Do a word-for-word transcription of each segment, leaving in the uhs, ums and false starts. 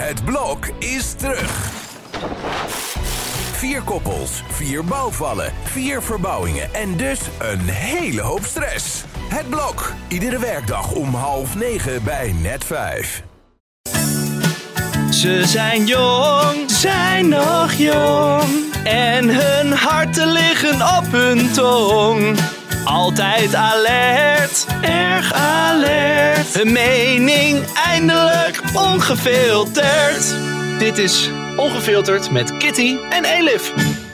Het blok is terug. Vier koppels, vier bouwvallen, vier verbouwingen en dus een hele hoop stress. Het blok, iedere werkdag om half negen bij Net vijf. Ze zijn jong, zijn nog jong. En hun harten liggen op hun tong. Altijd alert, erg alert. Hun mening eindelijk ongefilterd. Dit is Ongefilterd met Kitty en Elif.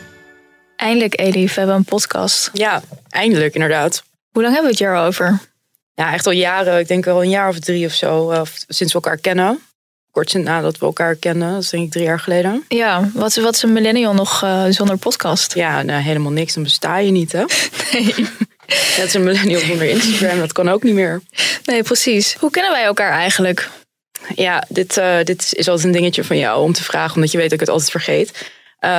Eindelijk, Elif, we hebben een podcast. Ja, eindelijk inderdaad. Hoe lang hebben we het hier over? Ja, echt al jaren. Ik denk al een jaar of drie of zo. Uh, sinds we elkaar kennen. Kort nadat we elkaar kennen. Dat is denk ik drie jaar geleden. Ja, wat, wat is een millennial nog uh, zonder podcast? Ja, nou, helemaal niks. Dan besta je niet, hè? Nee. Net als een millennial zonder Instagram. Dat kan ook niet meer. Nee, precies. Hoe kennen wij elkaar eigenlijk? Ja, dit, uh, dit is altijd een dingetje van jou om te vragen. Omdat je weet dat ik het altijd vergeet. Uh,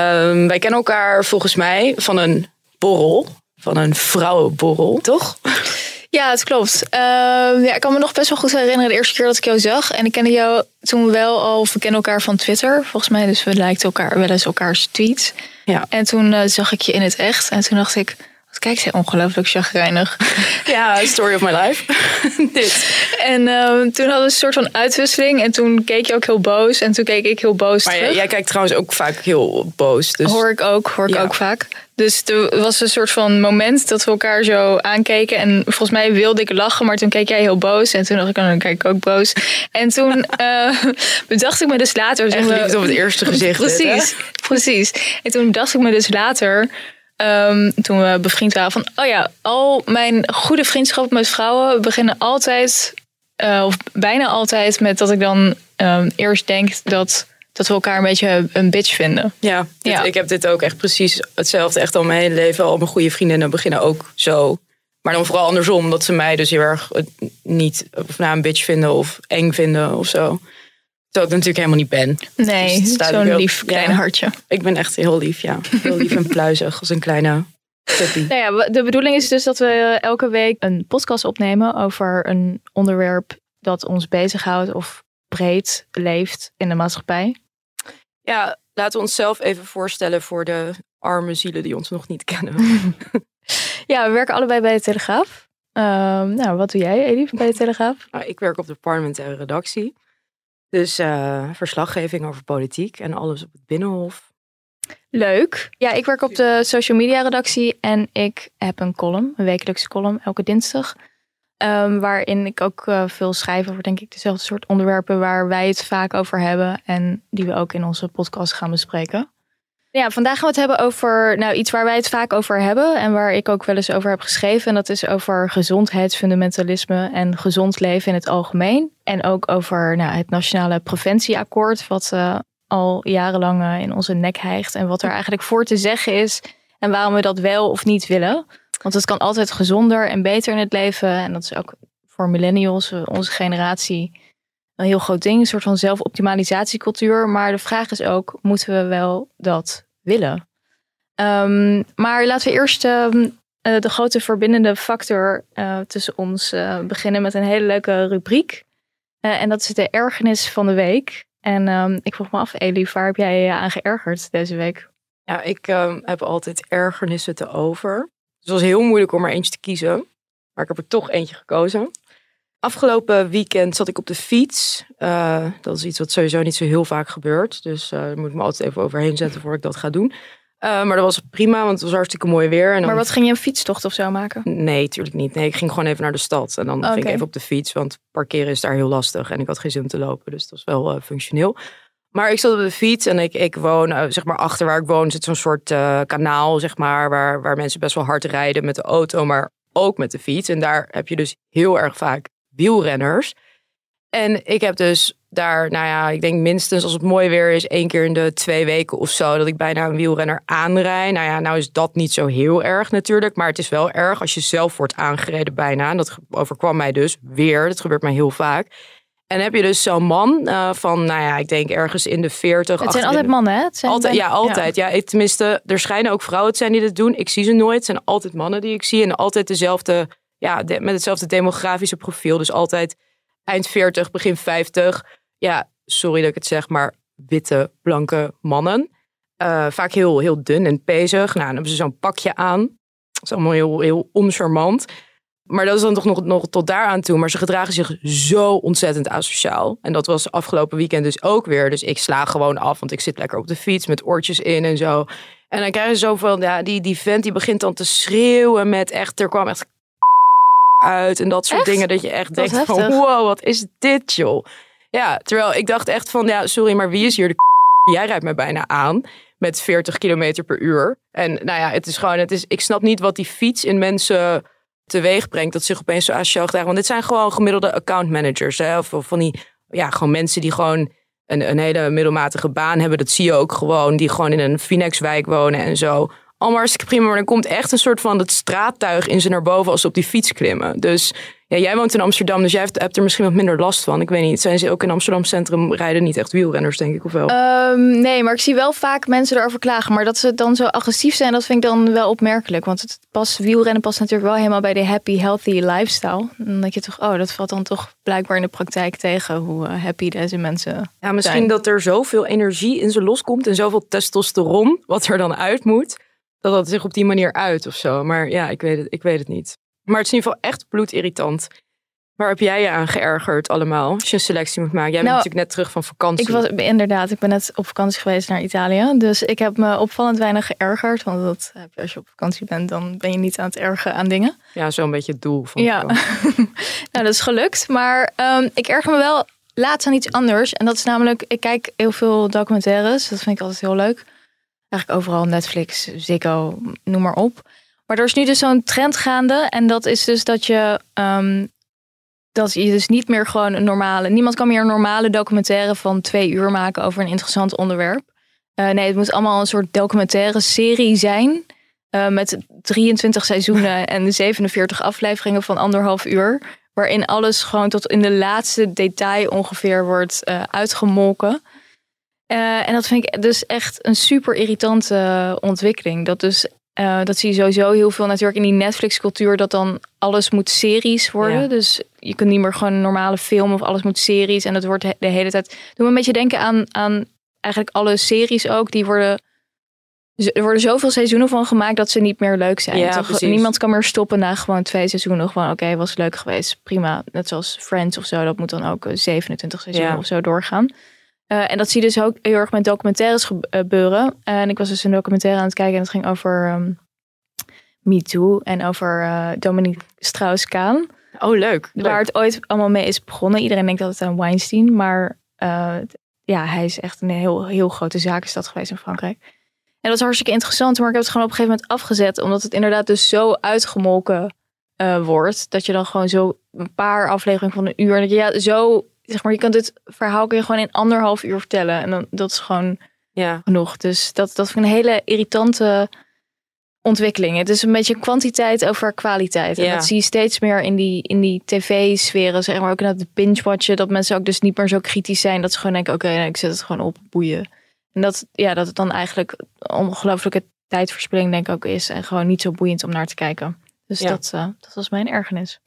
wij kennen elkaar volgens mij van een borrel. Van een vrouwenborrel, toch? Ja, het klopt. Uh, ja, ik kan me nog best wel goed herinneren de eerste keer dat ik jou zag. En ik kende jou toen wel al, of we kennen elkaar van Twitter. Volgens mij, dus we lijken elkaar wel eens elkaars tweets. Ja. En toen uh, zag ik je in het echt. En toen dacht ik, wat kijk zij ongelooflijk chagrijnig. Ja, story of my life. Dit. En uh, toen hadden we een soort van uitwisseling. En toen keek je ook heel boos. En toen keek ik heel boos maar terug. jij, jij kijkt trouwens ook vaak heel boos. Dus... Hoor ik ook, hoor ik ja. ook vaak. Dus er was een soort van moment dat we elkaar zo aankeken. En volgens mij wilde ik lachen, maar toen keek jij heel boos. En toen dacht ik, oh, dan kijk ik ook boos. En toen uh, bedacht ik me dus later... Echt we... liefde op het eerste gezicht. Precies, dit, precies. En toen dacht ik me dus later... Um, toen we bevriend waren van... oh ja, al mijn goede vriendschappen met vrouwen beginnen altijd... Uh, of bijna altijd met dat ik dan um, eerst denk dat... dat we elkaar een beetje een bitch vinden. Ja, dit, ja, ik heb dit ook echt precies hetzelfde. Echt al mijn hele leven. Al mijn goede vriendinnen beginnen ook zo. Maar dan vooral andersom. Dat ze mij dus heel erg niet of nou, een bitch vinden of eng vinden of zo. Terwijl ik natuurlijk helemaal niet ben. Nee, dus zo'n lief klein ja, hartje. Ik ben echt heel lief, ja. Heel lief en pluizig als een kleine puppy. Nou ja, de bedoeling is dus dat we elke week een podcast opnemen over een onderwerp dat ons bezighoudt of breed leeft in de maatschappij. Ja, laten we onszelf even voorstellen voor de arme zielen die ons nog niet kennen. Ja, we werken allebei bij de Telegraaf. Uh, nou, wat doe jij, Elif, bij de Telegraaf? Nou, ik werk op de parlementaire redactie. Dus uh, verslaggeving over politiek en alles op het Binnenhof. Leuk. Ja, ik werk op de social media redactie en ik heb een column, een wekelijkse column, elke dinsdag. Um, waarin ik ook uh, veel schrijf over, denk ik, dezelfde soort onderwerpen waar wij het vaak over hebben en die we ook in onze podcast gaan bespreken. Ja, vandaag gaan we het hebben over nou, iets waar wij het vaak over hebben en waar ik ook wel eens over heb geschreven. En dat is over gezondheidsfundamentalisme en gezond leven in het algemeen. En ook over nou, het Nationale Preventieakkoord, wat uh, al jarenlang uh, in onze nek hijgt. En wat er eigenlijk voor te zeggen is en waarom we dat wel of niet willen. Want het kan altijd gezonder en beter in het leven. En dat is ook voor millennials, onze generatie, een heel groot ding. Een soort van zelfoptimalisatiecultuur. Maar de vraag is ook, moeten we wel dat willen? Um, maar laten we eerst uh, de grote verbindende factor uh, tussen ons uh, beginnen met een hele leuke rubriek. Uh, en dat is de ergernis van de week. En um, ik vroeg me af, Elif, waar heb jij je aan geërgerd deze week? Ja, ik um, heb altijd ergernissen te over. Het was heel moeilijk om er eentje te kiezen. Maar ik heb er toch eentje gekozen. Afgelopen weekend zat ik op de fiets. Uh, dat is iets wat sowieso niet zo heel vaak gebeurt. Dus uh, daar moet ik me altijd even overheen zetten voordat ik dat ga doen. Uh, maar dat was prima, want het was hartstikke mooi weer. En dan... Maar wat ging je een fietstocht of zo maken? Nee, natuurlijk niet. Nee, ik ging gewoon even naar de stad. En dan okay. ging ik even op de fiets, want parkeren is daar heel lastig. En ik had geen zin om te lopen, dus dat was wel uh, functioneel. Maar ik zat op de fiets en ik, ik woon, uh, zeg maar achter waar ik woon, zit zo'n soort uh, kanaal, zeg maar, waar, waar mensen best wel hard rijden met de auto, maar ook met de fiets. En daar heb je dus heel erg vaak wielrenners. En ik heb dus daar, nou ja, ik denk minstens als het mooi weer is, één keer in de twee weken of zo, dat ik bijna een wielrenner aanrijd. Nou ja, nou is dat niet zo heel erg natuurlijk, maar het is wel erg als je zelf wordt aangereden bijna. En dat overkwam mij dus weer, dat gebeurt mij heel vaak. En dan heb je dus zo'n man uh, van, nou ja, ik denk ergens in de veertig. Het zijn altijd mannen, hè? Het zijn altijd, bijna, ja, altijd. Ja. Ja, tenminste, er schijnen ook vrouwen te zijn die dit doen. Ik zie ze nooit. Het zijn altijd mannen die ik zie. En altijd dezelfde, ja, de, met hetzelfde demografische profiel. Dus altijd eind veertig, begin vijftig. Ja, sorry dat ik het zeg, maar witte, blanke mannen. Uh, vaak heel, heel dun en pezig. Nou, dan hebben ze zo'n pakje aan. Dat is allemaal heel, heel oncharmant. Maar dat is dan toch nog, nog tot daaraan toe. Maar ze gedragen zich zo ontzettend asociaal. En dat was afgelopen weekend dus ook weer. Dus ik sla gewoon af, want ik zit lekker op de fiets met oortjes in en zo. En dan krijg je zoveel, ja, die, die vent die begint dan te schreeuwen met echt, er kwam echt uit en dat soort echt? dingen. Dat je echt dat denkt van, wow, wat is dit, joh. Ja, terwijl ik dacht echt van, ja, sorry, maar wie is hier de Jij rijdt mij bijna aan met veertig kilometer per uur. En nou ja, het is gewoon, het is, ik snap niet wat die fiets in mensen teweeg brengt, dat zich opeens zo asociaal gedragen. Want dit zijn gewoon gemiddelde account managers. Hè? Of van die, ja, gewoon mensen die gewoon een, een hele middelmatige baan hebben. Dat zie je ook gewoon. Die gewoon in een Phoenixwijk wonen en zo. Allemaal hartstikke prima. Maar dan komt echt een soort van het straattuig in ze naar boven als ze op die fiets klimmen. Dus ja, jij woont in Amsterdam, dus jij hebt, hebt er misschien wat minder last van. Ik weet niet, zijn ze ook in Amsterdam Centrum rijden niet echt wielrenners, denk ik, of wel? Um, nee, maar ik zie wel vaak mensen erover klagen. Maar dat ze dan zo agressief zijn, dat vind ik dan wel opmerkelijk. Want het past, wielrennen past natuurlijk wel helemaal bij de happy, healthy lifestyle. Dan denk je toch, oh, dat valt dan toch blijkbaar in de praktijk tegen hoe uh, happy deze mensen Ja, misschien zijn. Dat er zoveel energie in ze loskomt en zoveel testosteron, wat er dan uit moet, dat dat zich op die manier uit of zo. Maar ja, ik weet het, ik weet het niet. Maar het is in ieder geval echt bloedirritant. Waar heb jij je aan geërgerd allemaal? Als je een selectie moet maken. Jij bent nou, natuurlijk net terug van vakantie. Ik was inderdaad, ik ben net op vakantie geweest naar Italië. Dus ik heb me opvallend weinig geërgerd. Want dat heb je als je op vakantie bent, dan ben je niet aan het ergeren aan dingen. Ja, zo'n beetje het doel van ja. Nou, dat is gelukt. Maar um, ik erger me wel laatst aan iets anders. En dat is namelijk, ik kijk heel veel documentaires. Dat vind ik altijd heel leuk. Eigenlijk overal, Netflix, Ziggo, noem maar op. Maar er is nu dus zo'n trend gaande. En dat is dus dat je... Um, dat je dus niet meer gewoon een normale... Niemand kan meer een normale documentaire van twee uur maken over een interessant onderwerp. Uh, nee, het moet allemaal een soort documentaire serie zijn. Uh, met drieëntwintig seizoenen en zevenenveertig afleveringen van anderhalf uur. Waarin alles gewoon tot in de laatste detail ongeveer wordt uh, uitgemolken. Uh, en dat vind ik dus echt een super irritante ontwikkeling. Dat dus... Uh, dat zie je sowieso heel veel natuurlijk in die Netflix-cultuur, dat dan alles moet series worden. Ja. Dus je kunt niet meer gewoon een normale film of alles moet series. En dat wordt de hele tijd... Doe me een beetje denken aan, aan eigenlijk alle series ook. Die worden... Er worden zoveel seizoenen van gemaakt dat ze niet meer leuk zijn. Ja, Toch, niemand kan meer stoppen na gewoon twee seizoenen. Gewoon oké, okay, was leuk geweest. Prima. Net zoals Friends of zo. Dat moet dan ook zevenentwintig seizoenen ja. of zo doorgaan. Uh, en dat zie je dus ook heel erg met documentaires gebeuren. Uh, en ik was dus een documentaire aan het kijken en het ging over um, Me Too en over uh, Dominique Strauss-Kaan. Oh, leuk. Waar leuk. Het ooit allemaal mee is begonnen. Iedereen denkt dat het aan Weinstein, maar uh, ja, hij is echt een heel, heel grote zakenstad geweest in Frankrijk. En dat is hartstikke interessant, maar ik heb het gewoon op een gegeven moment afgezet, omdat het inderdaad dus zo uitgemolken uh, wordt, dat je dan gewoon zo een paar afleveringen van een uur, dat je ja, zo... Zeg maar, je kunt dit verhaal kun je gewoon in anderhalf uur vertellen. En dan, dat is gewoon ja. genoeg. Dus dat, dat vind ik een hele irritante ontwikkeling. Het is een beetje kwantiteit over kwaliteit. En ja. dat zie je steeds meer in die, in die tv-sferen. Zeg maar ook in het binge-watchen. Dat mensen ook dus niet meer zo kritisch zijn. Dat ze gewoon denken, oké, okay, ik zet het gewoon op, boeien. En dat, ja, dat het dan eigenlijk ongelooflijke tijdverspilling denk ik ook is. En gewoon niet zo boeiend om naar te kijken. Dus ja. dat, uh, dat was mijn ergernis.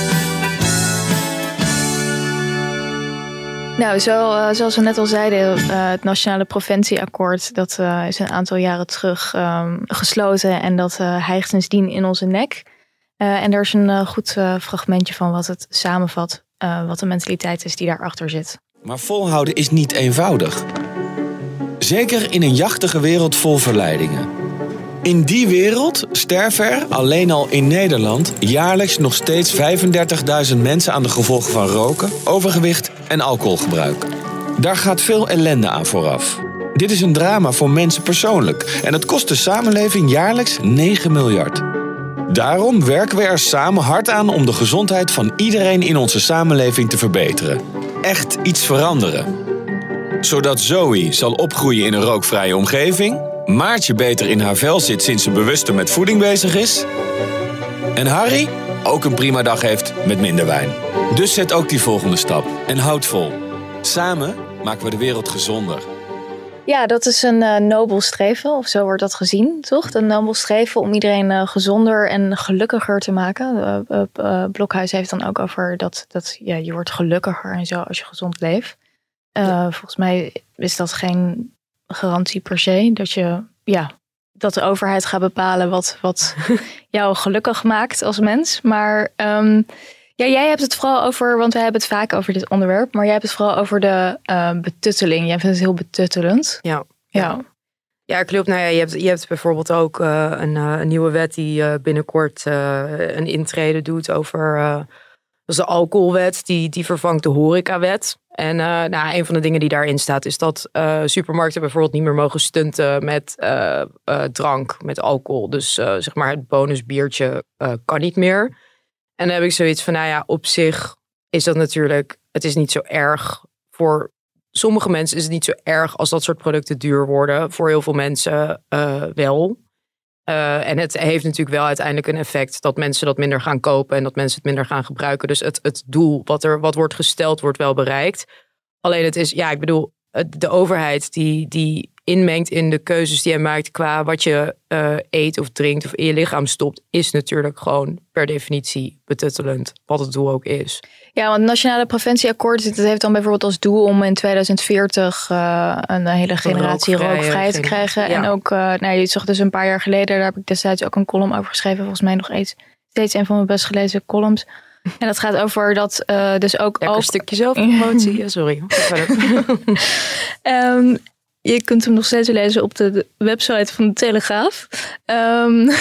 Nou, zo, uh, zoals we net al zeiden, uh, het Nationale Preventieakkoord, dat uh, is een aantal jaren terug um, gesloten en dat uh, hijgt sindsdien in onze nek. Uh, en er is een uh, goed uh, fragmentje van wat het samenvat, uh, wat de mentaliteit is die daarachter zit. Maar volhouden is niet eenvoudig. Zeker in een jachtige wereld vol verleidingen. In die wereld sterven er, alleen al in Nederland, jaarlijks nog steeds vijfendertigduizend mensen aan de gevolgen van roken, overgewicht en alcoholgebruik. Daar gaat veel ellende aan vooraf. Dit is een drama voor mensen persoonlijk en het kost de samenleving jaarlijks negen miljard. Daarom werken we er samen hard aan om de gezondheid van iedereen in onze samenleving te verbeteren. Echt iets veranderen. Zodat Zoe zal opgroeien in een rookvrije omgeving, Maartje beter in haar vel zit sinds ze bewuster met voeding bezig is. En Harry ook een prima dag heeft met minder wijn. Dus zet ook die volgende stap en houd vol. Samen maken we de wereld gezonder. Ja, dat is een uh, nobel streven, of zo wordt dat gezien, toch? Een nobel streven om iedereen uh, gezonder en gelukkiger te maken. Uh, uh, uh, Blokhuis heeft dan ook over dat, dat ja, je wordt gelukkiger en zo als je gezond leeft. Uh, ja. Volgens mij is dat geen garantie per se. Dat je, ja, dat de overheid gaat bepalen wat, wat jou gelukkig maakt als mens. Maar um, ja, jij hebt het vooral over, want wij hebben het vaak over dit onderwerp, maar jij hebt het vooral over de uh, betutteling. Jij vindt het heel betuttelend. Ja. Ja. ja. Ja, klopt. Nou ja, je hebt, je hebt bijvoorbeeld ook uh, een, uh, een nieuwe wet die uh, binnenkort uh, een intrede doet over... Uh, dat is de alcoholwet, die, die vervangt de horecawet. En uh, nou, een van de dingen die daarin staat is dat uh, supermarkten bijvoorbeeld niet meer mogen stunten met uh, uh, drank, met alcohol. Dus uh, zeg maar het bonusbiertje uh, kan niet meer. En dan heb ik zoiets van, nou ja, op zich is dat natuurlijk, het is niet zo erg voor... Sommige mensen is het niet zo erg als dat soort producten duur worden. Voor heel veel mensen uh, wel. Uh, en het heeft natuurlijk wel uiteindelijk een effect dat mensen dat minder gaan kopen en dat mensen het minder gaan gebruiken. Dus het, het doel wat er wat wordt gesteld wordt wel bereikt. Alleen het is, ja, ik bedoel, de overheid die, die inmengt in de keuzes die je maakt qua wat je uh, eet of drinkt of in je lichaam stopt, is natuurlijk gewoon per definitie betuttelend, wat het doel ook is. Ja, want het Nationale Preventieakkoord dat heeft dan bijvoorbeeld als doel om in tweeduizend veertig uh, een hele generatie rookvrij, rookvrij te krijgen. Ja. En ook, uh, nou, je zag dus een paar jaar geleden, daar heb ik destijds ook een column over geschreven. Volgens mij nog eens, steeds een van mijn best gelezen columns. En dat gaat over dat uh, dus ook... Lekker een stukje zelfpromotie. Ja, sorry. um, je kunt hem nog steeds lezen op de, de website van de Telegraaf. Um,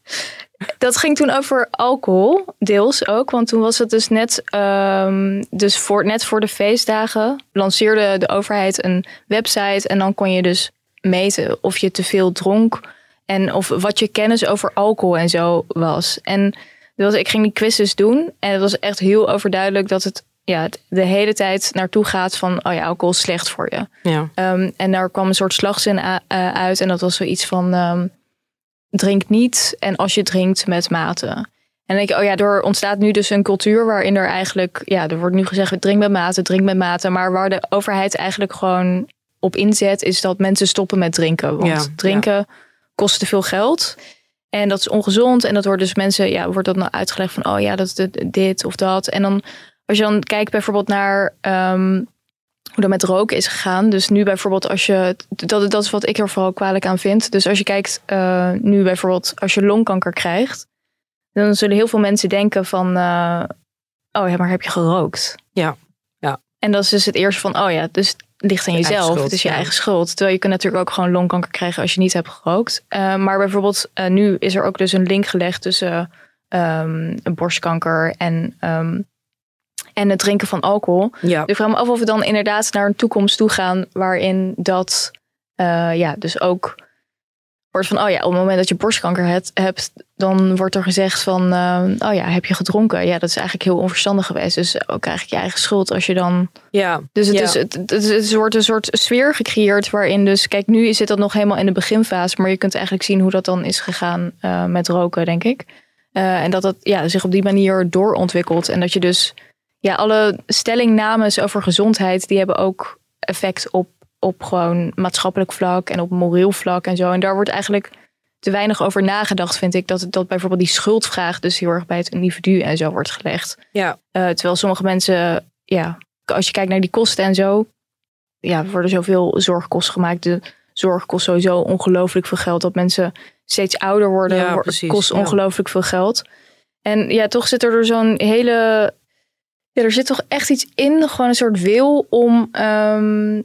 dat ging toen over alcohol, deels ook. Want toen was het dus net, um, dus voor, net voor de feestdagen lanceerde de overheid een website. En dan kon je dus meten of je te veel dronk. En of wat je kennis over alcohol en zo was. En dus ik ging die quizzes doen. En het was echt heel overduidelijk dat het ja, de hele tijd naartoe gaat van, oh ja, alcohol is slecht voor je. Ja. Um, en daar kwam een soort slagzin a- uh, uit. En dat was zoiets van, um, drink niet en als je drinkt met mate. En dan denk ik, oh ja, er ontstaat nu dus een cultuur waarin er eigenlijk, ja, er wordt nu gezegd, drink met mate, drink met mate. Maar waar de overheid eigenlijk gewoon op inzet, is dat mensen stoppen met drinken. Want ja, drinken ja. kost te veel geld. En dat is ongezond. En dat wordt dus mensen, ja, wordt dat nou uitgelegd van, oh ja, dat is dit of dat. En dan, als je dan kijkt bijvoorbeeld naar um, hoe dat met roken is gegaan. Dus nu bijvoorbeeld als je, dat, dat is wat ik er vooral kwalijk aan vind. Dus als je kijkt uh, nu bijvoorbeeld als je longkanker krijgt, dan zullen heel veel mensen denken van, uh, oh ja, maar heb je gerookt? Ja, ja. En dat is dus het eerste van, oh ja, dus het ligt aan jezelf. Het is je ja. eigen schuld. Terwijl je kunt natuurlijk ook gewoon longkanker krijgen als je niet hebt gerookt. Uh, maar bijvoorbeeld uh, nu is er ook dus een link gelegd tussen um, borstkanker en, um, en het drinken van alcohol. Ja. Dus ik vraag me af of we dan inderdaad naar een toekomst toe gaan waarin dat uh, ja, dus ook wordt van, oh ja, op het moment dat je borstkanker hebt, hebt dan wordt er gezegd van, uh, oh ja, heb je gedronken? Ja, dat is eigenlijk heel onverstandig geweest. Dus ook eigenlijk je eigen schuld als je dan... Ja. Dus het, ja. is, het, het, het wordt een soort sfeer gecreëerd waarin dus, kijk, nu zit dat nog helemaal in de beginfase, maar je kunt eigenlijk zien hoe dat dan is gegaan uh, met roken, denk ik. Uh, en dat dat ja, zich op die manier doorontwikkelt. En dat je dus, ja, alle stellingnames over gezondheid, die hebben ook effect op op gewoon maatschappelijk vlak en op moreel vlak en zo. En daar wordt eigenlijk te weinig over nagedacht, vind ik. Dat, dat bijvoorbeeld die schuldvraag dus heel erg bij het individu en zo wordt gelegd. Ja. Uh, terwijl sommige mensen, ja, als je kijkt naar die kosten en zo, ja, er worden zoveel zorgkosten gemaakt. De zorg kost sowieso ongelooflijk veel geld. Dat mensen steeds ouder worden, ja, wordt, precies, kost ja. ongelooflijk veel geld. En ja, toch zit er zo'n hele... Ja, er zit toch echt iets in, gewoon een soort wil om um,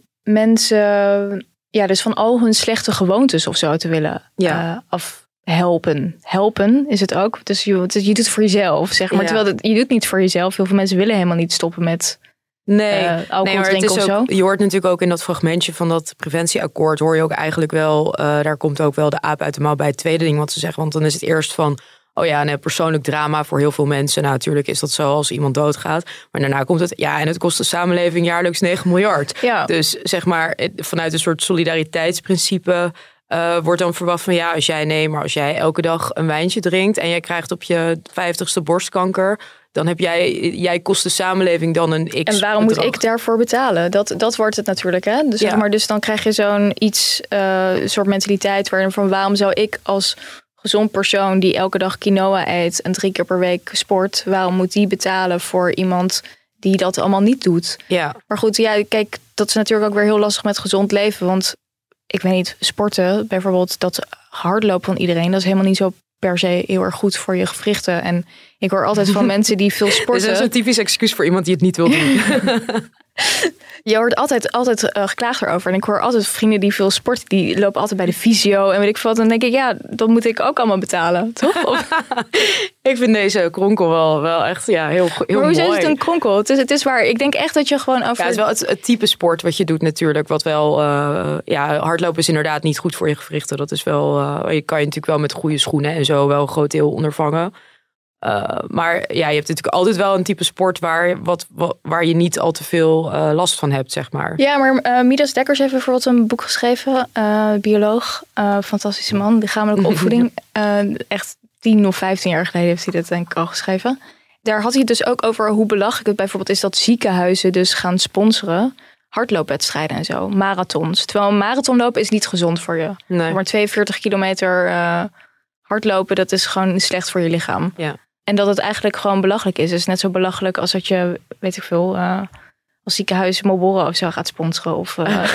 mensen, ja, dus van al hun slechte gewoontes of zo te willen ja. uh, afhelpen. Helpen is het ook. Dus je, je doet het voor jezelf, zeg maar. Ja. Terwijl het, je doet het niet voor jezelf. Heel veel mensen willen helemaal niet stoppen met nee, uh, alcohol nee, maar drinken het is of ook, zo. Je hoort natuurlijk ook in dat fragmentje van dat preventieakkoord, hoor je ook eigenlijk wel, uh, daar komt ook wel de aap uit de mouw bij het tweede ding wat ze zeggen. Want dan is het eerst van, oh ja, een persoonlijk drama voor heel veel mensen. Nou, natuurlijk is dat zo als iemand doodgaat. Maar daarna komt het, ja, en het kost de samenleving jaarlijks negen miljard. Ja. Dus zeg maar, vanuit een soort solidariteitsprincipe uh, wordt dan verwacht van, ja, als jij, nee, maar als jij elke dag een wijntje drinkt en jij krijgt op je vijftigste borstkanker, dan heb jij, jij kost de samenleving dan een x. En waarom bedrag. moet ik daarvoor betalen? Dat, dat wordt het natuurlijk, hè? Dus, ja. zeg maar, dus dan krijg je zo'n iets, uh, soort mentaliteit waarin van, waarom zou ik als gezond persoon die elke dag quinoa eet en drie keer per week sport, waarom moet die betalen voor iemand die dat allemaal niet doet. Ja. Maar goed, ja, kijk, dat is natuurlijk ook weer heel lastig met gezond leven. Want ik weet niet, sporten, bijvoorbeeld dat hardlopen van iedereen, dat is helemaal niet zo per se heel erg goed voor je gewrichten. En ik hoor altijd van mensen die veel sporten. Dus dat is een typisch excuus voor iemand die het niet wil doen. Je hoort altijd, altijd uh, geklaagd erover. En ik hoor altijd vrienden die veel sporten, die lopen altijd bij de fysio en weet ik veel wat. Dan denk ik, ja, dat moet ik ook allemaal betalen, toch? Of... ik vind deze kronkel wel, wel echt ja, heel, heel maar hoe mooi. is het een kronkel? Het is, het is waar. Ik denk echt dat je gewoon over... Ja, het is wel het, het type sport wat je doet natuurlijk. Wat wel, uh, ja, hardlopen is inderdaad niet goed voor je gewrichten. Dat is wel, uh, je kan je natuurlijk wel met goede schoenen en zo wel een groot deel ondervangen. Uh, maar ja, je hebt natuurlijk altijd wel een type sport waar, wat, wat, waar je niet al te veel uh, last van hebt, zeg maar. Ja, maar uh, Midas Dekkers heeft bijvoorbeeld een boek geschreven. Uh, bioloog, uh, fantastische man, lichamelijke opvoeding. uh, echt tien of vijftien jaar geleden heeft hij dat denk ik al geschreven. Daar had hij het dus ook over hoe belachelijk het bijvoorbeeld is dat ziekenhuizen dus gaan sponsoren hardloopwedstrijden en zo, marathons. Terwijl een marathonlopen is niet gezond voor je. Nee. Maar tweeënveertig kilometer uh, hardlopen, dat is gewoon slecht voor je lichaam. Ja. En dat het eigenlijk gewoon belachelijk is. Het is net zo belachelijk als dat je, weet ik veel, uh, als ziekenhuis Marlboro of zo gaat sponsoren. Of, uh...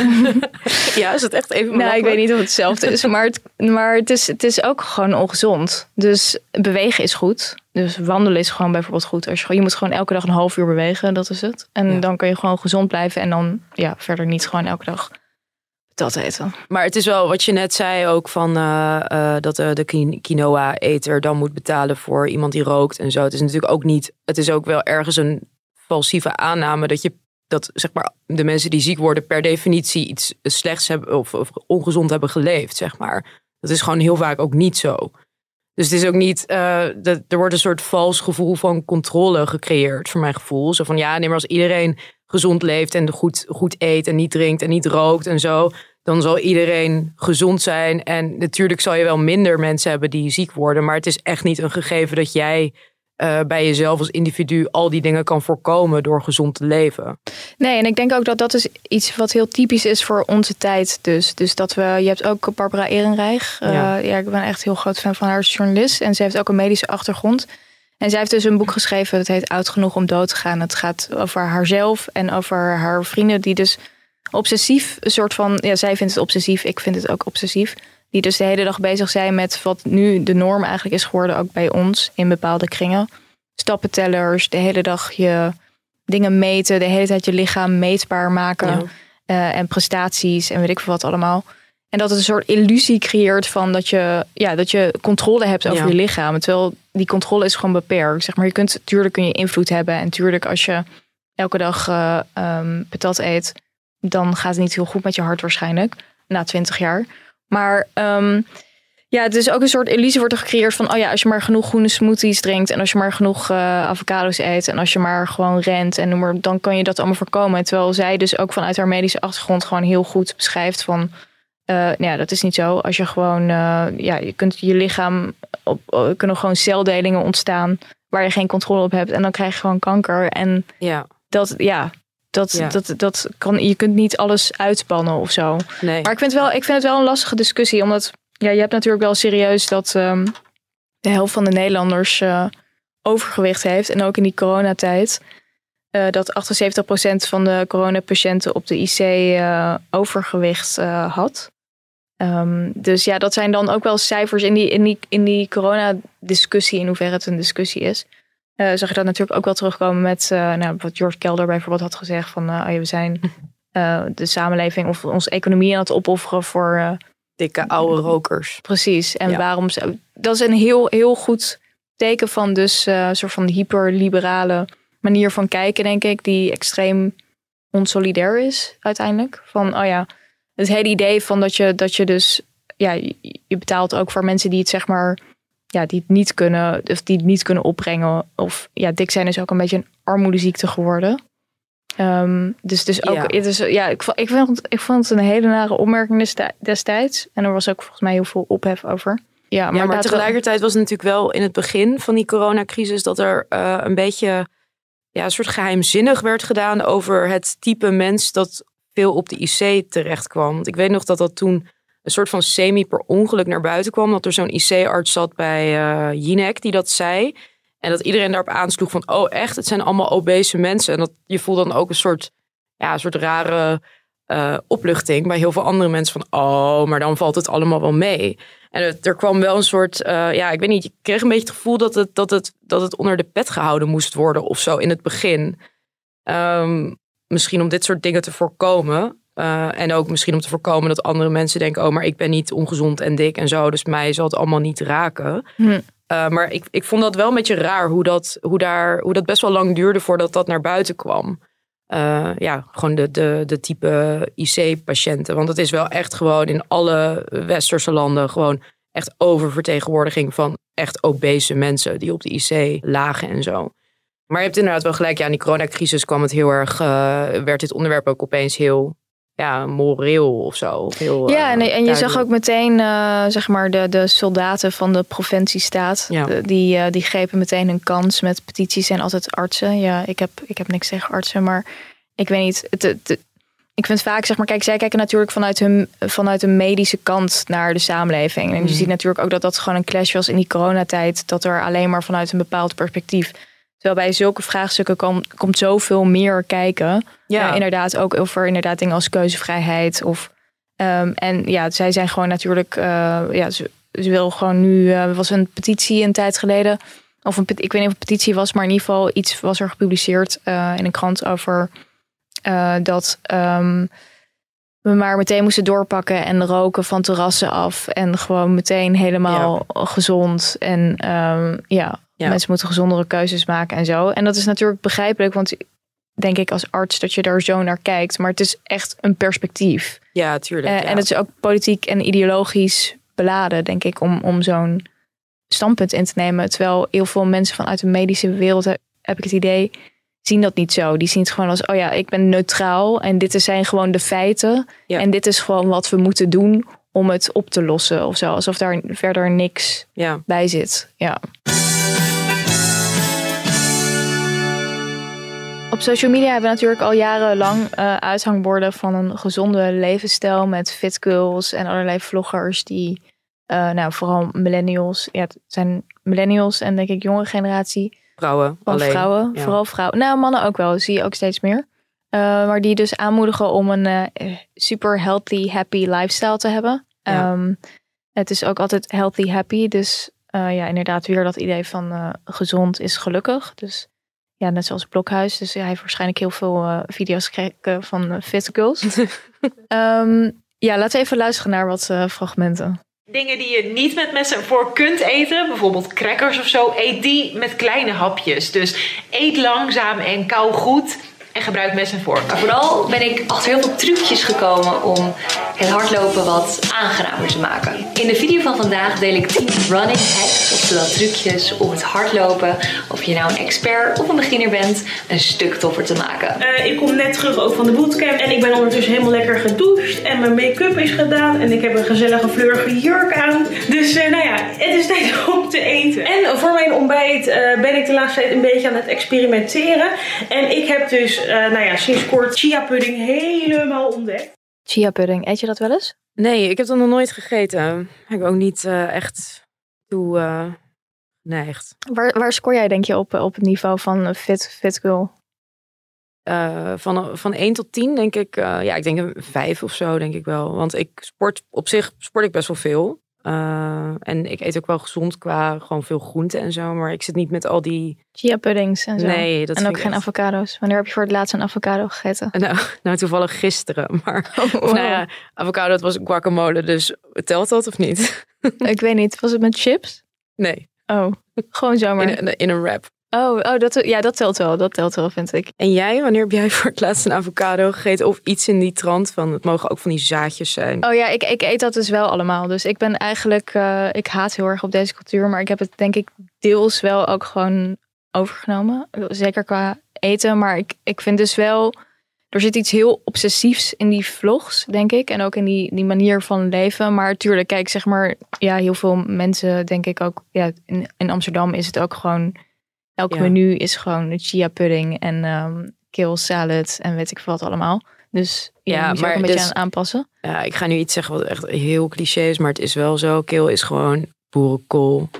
ja, is het echt even Nou, ik weet niet of het hetzelfde is. Maar, het, maar het, is, het is ook gewoon ongezond. Dus bewegen is goed. Dus wandelen is gewoon bijvoorbeeld goed. Als je, je moet gewoon elke dag een half uur bewegen, dat is het. En ja. dan kun je gewoon gezond blijven. En dan ja, verder niet gewoon elke dag dat eten. Maar het is wel wat je net zei ook van uh, uh, dat uh, de quinoa-eter dan moet betalen voor iemand die rookt en zo. Het is natuurlijk ook niet, het is ook wel ergens een falsieve aanname dat je dat zeg maar de mensen die ziek worden per definitie iets slechts hebben of, of ongezond hebben geleefd, zeg maar. Dat is gewoon heel vaak ook niet zo. Dus het is ook niet, uh, dat, er wordt een soort vals gevoel van controle gecreëerd, voor mijn gevoel. Zo van ja, nee, maar als iedereen gezond leeft en goed, goed eet en niet drinkt en niet rookt en zo, dan zal iedereen gezond zijn. En natuurlijk zal je wel minder mensen hebben die ziek worden, maar het is echt niet een gegeven dat jij uh, bij jezelf als individu al die dingen kan voorkomen door gezond te leven. Nee, en ik denk ook dat dat is iets wat heel typisch is voor onze tijd. Dus, dus dat we, je hebt ook Barbara Ehrenreich. Ja. Uh, ja, ik ben echt heel groot fan van haar als journalist. En ze heeft ook een medische achtergrond. En zij heeft dus een boek geschreven, dat heet Oud genoeg om dood te gaan. Het gaat over haarzelf en over haar vrienden die dus obsessief, een soort van, ja, zij vindt het obsessief, ik vind het ook obsessief. Die dus de hele dag bezig zijn met wat nu de norm eigenlijk is geworden, ook bij ons in bepaalde kringen. Stappentellers, de hele dag je dingen meten, de hele tijd je lichaam meetbaar maken. Ja. Uh, en prestaties en weet ik veel wat allemaal. En dat het een soort illusie creëert van dat je, ja, dat je controle hebt over ja. je lichaam. Terwijl die controle is gewoon beperkt. Zeg maar, je kunt, tuurlijk kun je invloed hebben. En tuurlijk als je elke dag uh, um, patat eet, dan gaat het niet heel goed met je hart waarschijnlijk. Na twintig jaar. Maar um, ja, het is ook een soort illusie wordt er gecreëerd van, oh ja, als je maar genoeg groene smoothies drinkt en als je maar genoeg uh, avocado's eet en als je maar gewoon rent en noem maar, dan kan je dat allemaal voorkomen. Terwijl zij dus ook vanuit haar medische achtergrond gewoon heel goed beschrijft van, uh, nou ja, dat is niet zo. Als je gewoon, uh, ja, je kunt je lichaam, op, uh, kunnen gewoon celdelingen ontstaan waar je geen controle op hebt en dan krijg je gewoon kanker. En ja. dat, ja... Dat, ja. dat, dat kan, je kunt niet alles uitspannen of zo. Nee. Maar ik vind, wel, ik vind het wel een lastige discussie. Omdat ja, je hebt natuurlijk wel serieus dat um, de helft van de Nederlanders uh, overgewicht heeft. En ook in die coronatijd. Uh, dat achtenzeventig procent van de coronapatiënten op de I C uh, overgewicht uh, had. Um, dus ja, dat zijn dan ook wel cijfers in die, in die, in die coronadiscussie. In hoeverre het een discussie is. Uh, zag je dat natuurlijk ook wel terugkomen met uh, nou, wat George Kelder bijvoorbeeld had gezegd. Van uh, oh ja, we zijn uh, de samenleving of onze economie aan het opofferen voor uh, dikke oude rokers. Precies. En ja. waarom zo? Dat is een heel, heel goed teken van dus uh, een soort van hyperliberale manier van kijken, denk ik. Die extreem onsolidair is uiteindelijk. Van oh ja, het hele idee van dat je, dat je dus, ja, je betaalt ook voor mensen die het zeg maar, ja, die het niet kunnen, of die het niet kunnen opbrengen. Of ja, dik zijn is ook een beetje een armoedeziekte geworden. Um, dus, dus ook, ja, het is, ja ik, ik, vond, ik vond het een hele nare opmerking destijds. En er was ook volgens mij heel veel ophef over. Ja, maar, ja, maar tegelijkertijd was het natuurlijk wel in het begin van die coronacrisis dat er uh, een beetje ja, een soort geheimzinnig werd gedaan over het type mens dat veel op de I C terecht kwam. Want ik weet nog dat dat toen een soort van semi per ongeluk naar buiten kwam. Dat er zo'n I C-arts zat bij uh, Jinek die dat zei. En dat iedereen daarop aansloeg van, oh echt, het zijn allemaal obese mensen. En dat je voelt dan ook een soort, ja, een soort rare uh, opluchting bij heel veel andere mensen van, oh, maar dan valt het allemaal wel mee. En het, er kwam wel een soort, uh, ja, ik weet niet, je kreeg een beetje het gevoel dat het, dat het, dat het onder de pet gehouden moest worden of zo in het begin. Um, misschien om dit soort dingen te voorkomen. Uh, en ook misschien om te voorkomen dat andere mensen denken, oh, maar ik ben niet ongezond en dik en zo, dus mij zal het allemaal niet raken. Hm. Uh, maar ik, ik vond dat wel een beetje raar hoe dat, hoe, daar, hoe dat best wel lang duurde voordat dat naar buiten kwam. Uh, ja, gewoon de, de, de type I C-patiënten. Want het is wel echt gewoon in alle westerse landen gewoon echt oververtegenwoordiging van echt obese mensen die op de I C lagen en zo. Maar je hebt inderdaad wel gelijk, ja, in die coronacrisis kwam het heel erg, uh, werd dit onderwerp ook opeens heel, ja, moreel of zo. Heel, ja, en, en je duidelijk. zag ook meteen, uh, zeg maar, de, de soldaten van de provinciestaat. Ja. De, die, uh, die grepen meteen hun kans met petities en altijd artsen. Ja, ik heb, ik heb niks tegen artsen, maar ik weet niet. Het, het, het, ik vind vaak, zeg maar, kijk, zij kijken natuurlijk vanuit hun, vanuit de medische kant naar de samenleving. En je mm. ziet natuurlijk ook dat dat gewoon een clash was in die coronatijd. Dat er alleen maar vanuit een bepaald perspectief. Terwijl bij zulke vraagstukken kom, komt zoveel meer kijken. Ja. Uh, inderdaad, ook over inderdaad dingen als keuzevrijheid. Of, um, en ja, zij zijn gewoon natuurlijk, uh, ja, ze, ze wil gewoon nu, uh, er was een petitie een tijd geleden. Of een, ik weet niet of het een petitie was, maar in ieder geval iets was er gepubliceerd uh, in een krant over uh, dat um, we maar meteen moesten doorpakken en roken van terrassen af. En gewoon meteen helemaal ja. gezond. En um, ja, ja, mensen moeten gezondere keuzes maken en zo. En dat is natuurlijk begrijpelijk, want denk ik als arts dat je daar zo naar kijkt. Maar het is echt een perspectief. Ja, tuurlijk. Uh, ja. En het is ook politiek en ideologisch beladen, denk ik, om, om zo'n standpunt in te nemen. Terwijl heel veel mensen vanuit de medische wereld, heb ik het idee, zien dat niet zo. Die zien het gewoon als, oh ja, ik ben neutraal en dit zijn gewoon de feiten. Ja. En dit is gewoon wat we moeten doen om het op te lossen of zo. Alsof daar verder niks ja. bij zit. Ja. Op social media hebben we natuurlijk al jarenlang uh, uithangborden van een gezonde levensstijl met fit girls en allerlei vloggers die, uh, nou vooral millennials, ja, het zijn millennials en denk ik jongere generatie. Vrouwen. Van alleen. vrouwen, ja. Vooral vrouwen. Nou, mannen ook wel, zie je ook steeds meer. Uh, maar die dus aanmoedigen om een uh, super healthy, happy lifestyle te hebben. Ja. Um, het is ook altijd healthy, happy. Dus uh, ja, inderdaad weer dat idee van uh, gezond is gelukkig. Dus ja, net zoals Blokhuis. Dus hij heeft waarschijnlijk heel veel uh, video's gekregen van uh, fit girls. um, ja, laten we even luisteren naar wat uh, fragmenten. Dingen die je niet met mes en vork kunt eten, bijvoorbeeld crackers of zo, eet die met kleine hapjes. Dus eet langzaam en kauw goed en gebruik mes en vork. Maar vooral ben ik achter heel veel trucjes gekomen om het hardlopen wat aangenamer te maken. In de video van vandaag deel ik tien running hacks, oftewel trucjes om het hardlopen, of je nou een expert of een beginner bent, een stuk toffer te maken. Uh, ik kom net terug ook van de bootcamp en ik ben ondertussen helemaal lekker gedoucht en mijn make-up is gedaan en ik heb een gezellige fleurige jurk aan. Dus uh, nou ja, het is tijd om te eten. En voor mijn ontbijt uh, ben ik de laatste tijd een beetje aan het experimenteren. En ik heb dus uh, nou ja, sinds kort chia pudding helemaal ontdekt. Chia pudding, eet je dat wel eens? Nee, ik heb dat nog nooit gegeten. Ik heb ook niet uh, echt toe uh, geneigd. Waar, waar scoor jij denk je op, op het niveau van fit, fit girl? Uh, van, van één tot tien denk ik, uh, ja, ik denk een vijf of zo denk ik wel. Want ik sport, op zich sport ik best wel veel. Uh, en ik eet ook wel gezond qua gewoon veel groenten en zo. Maar ik zit niet met al die chia puddings en zo. Nee, dat en ook geen echt... avocado's. Wanneer heb je voor het laatst een avocado gegeten? Nou, nou toevallig gisteren. Maar oh, wow. nou ja, avocado, dat was guacamole. Dus telt dat of niet? Ik weet niet. Was het met chips? Nee. Oh, gewoon zomaar. In een, in een wrap. Oh, oh dat, ja, dat telt wel. Dat telt wel, vind ik. En jij, wanneer heb jij voor het laatst een avocado gegeten? Of iets in die trant van, het mogen ook van die zaadjes zijn. Oh ja, ik, ik eet dat dus wel allemaal. Dus ik ben eigenlijk, uh, ik haat heel erg op deze cultuur. Maar ik heb het denk ik deels wel ook gewoon overgenomen. Zeker qua eten. Maar ik, ik vind dus wel, er zit iets heel obsessiefs in die vlogs, denk ik. En ook in die, die manier van leven. Maar tuurlijk, kijk, zeg maar, ja, heel veel mensen denk ik ook, ja, in, in Amsterdam is het ook gewoon, elk ja. menu is gewoon chia pudding en um, kale salad en weet ik veel wat allemaal. Dus ja, ja moet je maar ook een dus, beetje aan aanpassen. Ja, ik ga nu iets zeggen wat echt heel cliché is, maar het is wel zo. Kale is gewoon boerenkool.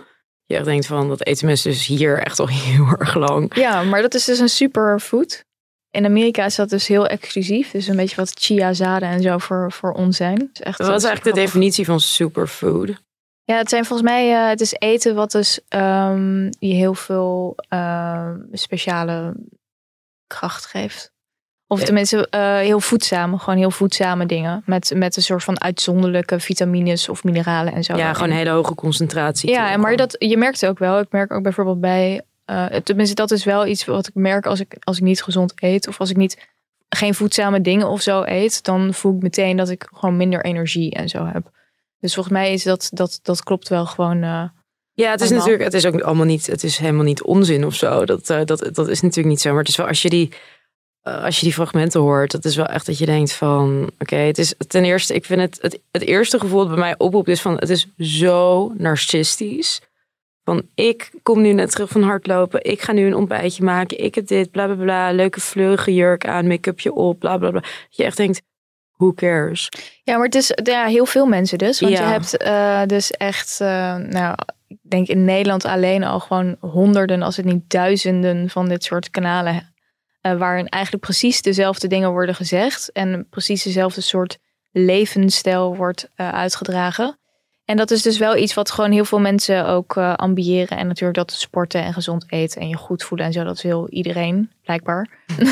Je echt denkt van, dat eten mensen dus hier echt al heel erg lang. Ja, maar dat is dus een superfood. In Amerika is dat dus heel exclusief. Dus een beetje wat chiazaden en zo voor, voor ons zijn. Dus echt, wat is eigenlijk de definitie van superfood? Ja, het zijn volgens mij, uh, het is eten wat dus um, je heel veel uh, speciale kracht geeft. Of tenminste uh, heel voedzame, gewoon heel voedzame dingen. Met, met een soort van uitzonderlijke vitamines of mineralen en zo. Ja, gewoon een hele hoge concentratie. Ja, en maar dat, je merkt het ook wel. Ik merk ook bijvoorbeeld bij, uh, tenminste dat is wel iets wat ik merk als ik, als ik niet gezond eet. Of als ik niet, geen voedzame dingen of zo eet. Dan voel ik meteen dat ik gewoon minder energie en zo heb. Dus volgens mij is dat, dat, dat klopt wel gewoon. Uh, ja, het is allemaal. natuurlijk, het is ook allemaal niet, het is helemaal niet onzin of zo. Dat, uh, dat, dat is natuurlijk niet zo. Maar het is wel, als je die, uh, als je die fragmenten hoort, dat is wel echt dat je denkt van, oké, okay, het is ten eerste, ik vind het, het, het eerste gevoel dat bij mij oproept is van, het is zo narcistisch. Van, ik kom nu net terug van hardlopen, ik ga nu een ontbijtje maken, ik heb dit, bla bla bla, leuke fleurige jurk aan, make-upje op, bla bla bla. Dat je echt denkt, who cares? Ja, maar het is ja, heel veel mensen dus. Want ja. je hebt uh, dus echt, uh, nou, ik denk in Nederland alleen al gewoon honderden, als het niet duizenden van dit soort kanalen. Uh, waarin eigenlijk precies dezelfde dingen worden gezegd. En precies dezelfde soort levensstijl wordt uh, uitgedragen. En dat is dus wel iets wat gewoon heel veel mensen ook uh, ambiëren. En natuurlijk dat sporten en gezond eten en je goed voelen en zo. Dat wil iedereen, blijkbaar.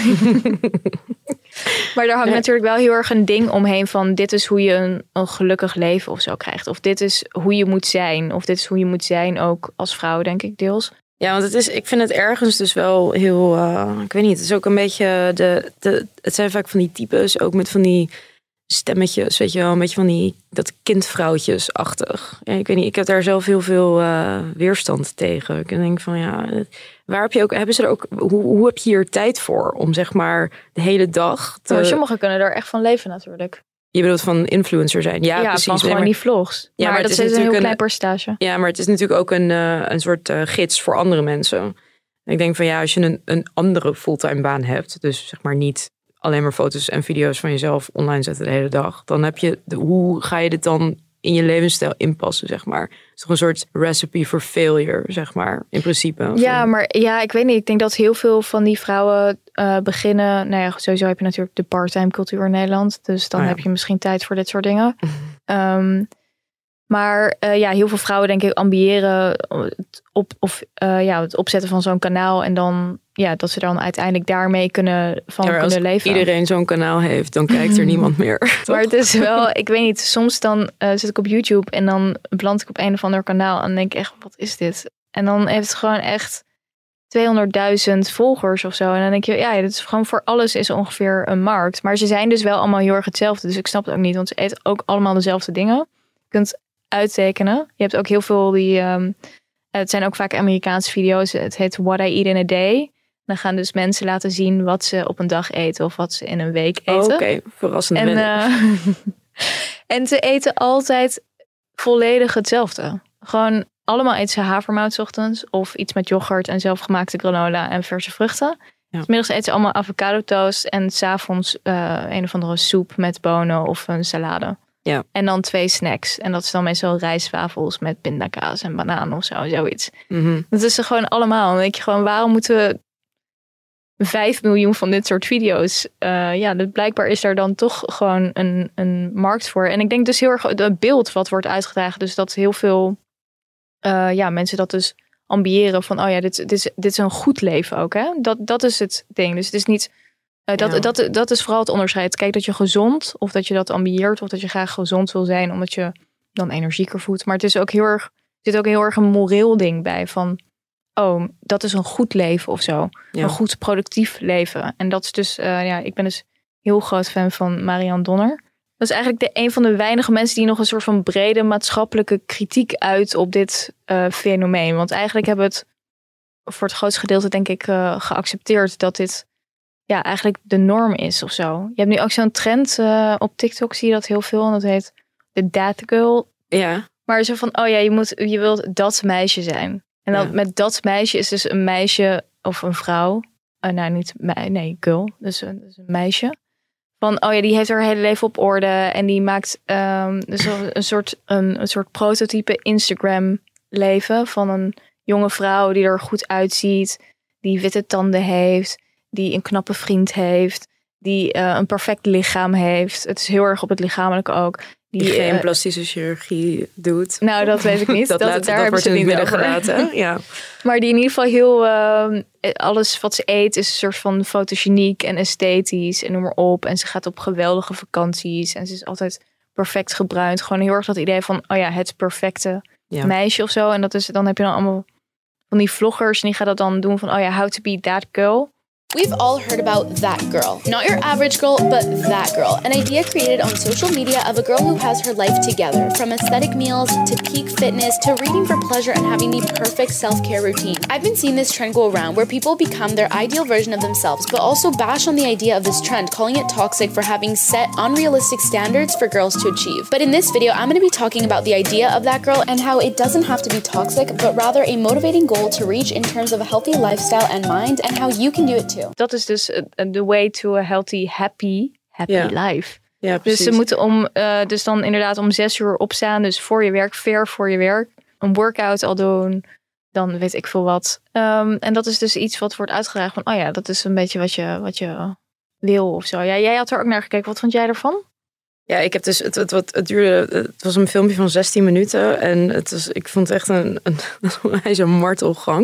Maar daar hangt nee. natuurlijk wel heel erg een ding omheen van, dit is hoe je een, een gelukkig leven of zo krijgt. Of dit is hoe je moet zijn. Of dit is hoe je moet zijn ook als vrouw, denk ik deels. Ja, want het is, ik vind het ergens dus wel heel, uh, ik weet niet, het is ook een beetje, de, de, het zijn vaak van die types, ook met van die stemmetjes, weet je wel, een beetje van die, dat kindvrouwtjes-achtig. Ja, ik weet niet, ik heb daar zelf heel veel uh, weerstand tegen. Ik denk van, ja, waar heb je ook, hebben ze er ook, hoe, hoe heb je hier tijd voor om zeg maar de hele dag te... Maar sommigen kunnen er echt van leven natuurlijk. Je bedoelt van influencer zijn? Ja, ja precies. van gewoon maar, die vlogs. Ja, maar, maar dat is is een heel een, klein percentage. Ja, maar het is natuurlijk ook een, uh, een soort uh, gids voor andere mensen. En ik denk van ja, als je een, een andere fulltime baan hebt, dus zeg maar niet alleen maar foto's en video's van jezelf online zetten de hele dag, dan heb je, de, hoe ga je dit dan in je levensstijl inpassen, zeg maar? Het is toch een soort recipe for failure, zeg maar, in principe. Ja, maar ja, ik weet niet. Ik denk dat heel veel van die vrouwen uh, beginnen, nou ja, sowieso heb je natuurlijk de part-time cultuur in Nederland, dus dan oh ja. heb je misschien tijd voor dit soort dingen. um, maar uh, ja, heel veel vrouwen denk ik ambiëren het, op, of, uh, ja, het opzetten van zo'n kanaal en dan ja, dat ze dan uiteindelijk daarmee kunnen van ja, kunnen leven. Als iedereen zo'n kanaal heeft, dan kijkt er niemand meer. Maar het is wel, ik weet niet, soms dan uh, zit ik op YouTube en dan beland ik op een of ander kanaal en denk ik echt, wat is dit? En dan heeft het gewoon echt tweehonderdduizend volgers of zo. En dan denk je, ja, dit is gewoon voor alles is ongeveer een markt. Maar ze zijn dus wel allemaal heel erg hetzelfde. Dus ik snap het ook niet, want ze eten ook allemaal dezelfde dingen. Je kunt uittekenen. Je hebt ook heel veel die, um, het zijn ook vaak Amerikaanse video's. Het heet What I Eat in a Day. Dan gaan dus mensen laten zien wat ze op een dag eten of wat ze in een week eten. Oh, Oké, okay. Verrassend. En, uh, en ze eten altijd volledig hetzelfde. Gewoon allemaal eten ze havermout 's ochtends of iets met yoghurt en zelfgemaakte granola en verse vruchten. Ja. 's Middags eten ze allemaal avocado toast en 's avonds uh, een of andere soep met bonen of een salade. Ja. En dan twee snacks. En dat is dan meestal rijstwafels met pindakaas en banaan of zo, zoiets. Mm-hmm. Dat is er gewoon allemaal. Dan denk je gewoon, waarom moeten we vijf miljoen van dit soort video's? Uh, ja, dat blijkbaar is daar dan toch gewoon een, een markt voor. En ik denk dus heel erg het beeld wat wordt uitgedragen. Dus dat heel veel uh, ja, mensen dat dus ambiëren van, oh ja, dit, dit, is, dit is een goed leven ook. Hè? Dat, dat is het ding. Dus het is niet... Uh, dat, ja. dat, dat is vooral het onderscheid. Kijk, dat je gezond, of dat je dat ambieert, of dat je graag gezond wil zijn, omdat je dan energieker voelt. Maar het is ook heel erg, er zit ook heel erg een moreel ding bij van, oh, dat is een goed leven of zo. Ja. Een goed productief leven. En dat is dus, uh, ja, ik ben dus heel groot fan van Marianne Donner. Dat is eigenlijk de een van de weinige mensen die nog een soort van brede maatschappelijke kritiek uit op dit uh, fenomeen. Want eigenlijk hebben we het voor het grootste gedeelte, denk ik, uh, geaccepteerd dat dit ja, eigenlijk de norm is of zo. Je hebt nu ook zo'n trend uh, op TikTok, zie je dat heel veel. En dat heet de dad girl. Ja. Maar zo van, oh ja, je, moet, je wilt dat meisje zijn. En dan ja. met dat meisje is dus een meisje of een vrouw. Uh, nou, niet me- nee, girl. Dus een, dus een meisje. Van, oh ja, die heeft haar hele leven op orde. En die maakt um, dus een, een, soort, een, een soort prototype Instagram leven van een jonge vrouw die er goed uitziet, die witte tanden heeft, die een knappe vriend heeft, die uh, een perfect lichaam heeft. Het is heel erg op het lichamelijke ook. Die, die geen uh, plastische chirurgie doet. Nou, dat weet ik niet. dat, dat, laat, daar dat hebben wordt ze in het niet midden over. gelaten. Ja. Maar die in ieder geval heel... Uh, alles wat ze eet is een soort van fotogeniek en esthetisch en noem maar op. En ze gaat op geweldige vakanties. En ze is altijd perfect gebruind. Gewoon heel erg dat idee van, oh ja, het perfecte ja. meisje of zo. En dat is, dan heb je dan allemaal van die vloggers en die gaan dat dan doen van, oh ja, how to be that girl. We've all heard about that girl. Not your average girl, but that girl. An idea created on social media of a girl who has her life together. From aesthetic meals to peak fitness to reading for pleasure and having the perfect self-care routine. I've been seeing this trend go around where people become their ideal version of themselves, but also bash on the idea of this trend, calling it toxic for having set unrealistic standards for girls to achieve. But in this video, I'm going to be talking about the idea of that girl and how it doesn't have to be toxic, but rather a motivating goal to reach in terms of a healthy lifestyle and mind, and how you can do it too. Dat is dus the way to a healthy, happy, happy ja. life. Ja, dus ze moeten om, uh, dus dan inderdaad om zes uur opstaan. Dus voor je werk, ver voor je werk. Een workout al doen. Dan weet ik veel wat. Um, en dat is dus iets wat wordt uitgedragen van, oh ja, dat is een beetje wat je, wat je wil of zo. Ja, jij had er ook naar gekeken. Wat vond jij ervan? Ja, ik heb dus, het, het, het, het duurde, het was een filmpje van zestien minuten. En het was, ik vond het echt een, een, hij is een martelgang.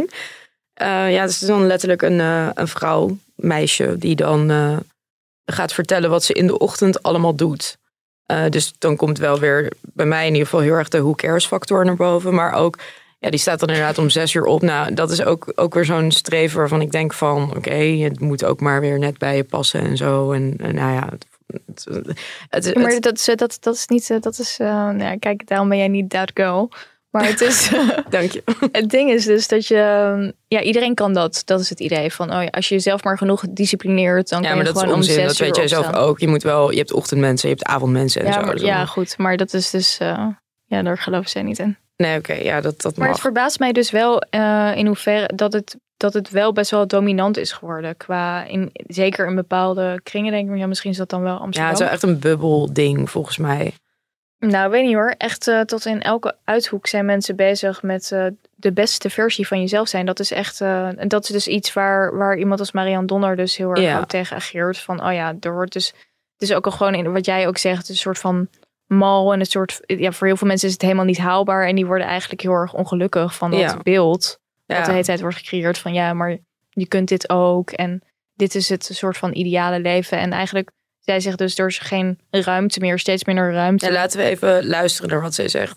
Uh, ja, het is dan letterlijk een, uh, een vrouw, meisje, die dan uh, gaat vertellen wat ze in de ochtend allemaal doet. Uh, dus dan komt wel weer bij mij in ieder geval heel erg de who cares factor naar boven. Maar ook, ja, die staat dan inderdaad om zes uur op. Nou, dat is ook, ook weer zo'n streven waarvan ik denk van, oké, okay, het moet ook maar weer net bij je passen en zo. En, en nou ja... Het, het, het, ja, maar dat, dat, dat is niet, dat is, uh, nou ja, kijk, daarom ben jij niet that girl. Maar het is... Dank je. Het ding is dus dat je... Ja, iedereen kan dat. Dat is het idee van... Oh ja, als je jezelf maar genoeg disciplineert... dan ja, kan je maar dat gewoon is onzin, om zes dat weet jij zelf ook. Je moet wel... Je hebt ochtendmensen, je hebt avondmensen en ja, zo. Maar, dus ja, dan... goed. Maar dat is dus... Uh, ja, daar geloven zij niet in. Nee, oké. Okay, ja, dat, dat maar mag. het verbaast mij dus wel uh, in hoeverre... Dat het, dat het wel best wel dominant is geworden. Qua... In, zeker in bepaalde kringen denk ik... Maar ja, misschien is dat dan wel Amsterdam. Ja, het is wel echt een bubbelding volgens mij. Nou, weet niet hoor. Echt uh, tot in elke uithoek zijn mensen bezig met uh, de beste versie van jezelf zijn. Dat is echt, uh, en dat is dus iets waar, waar iemand als Marianne Donner dus heel erg ja. ook tegen ageert. Van, oh ja, er wordt dus, het is ook al gewoon in wat jij ook zegt, een soort van mal en een soort, ja, voor heel veel mensen is het helemaal niet haalbaar en die worden eigenlijk heel erg ongelukkig van dat ja. beeld ja. dat de hele tijd wordt gecreëerd van, ja, maar je kunt dit ook en dit is het soort van ideale leven en eigenlijk. Zij zegt dus, er is geen ruimte meer, steeds minder ruimte. Ja, laten we even luisteren naar wat zij zegt.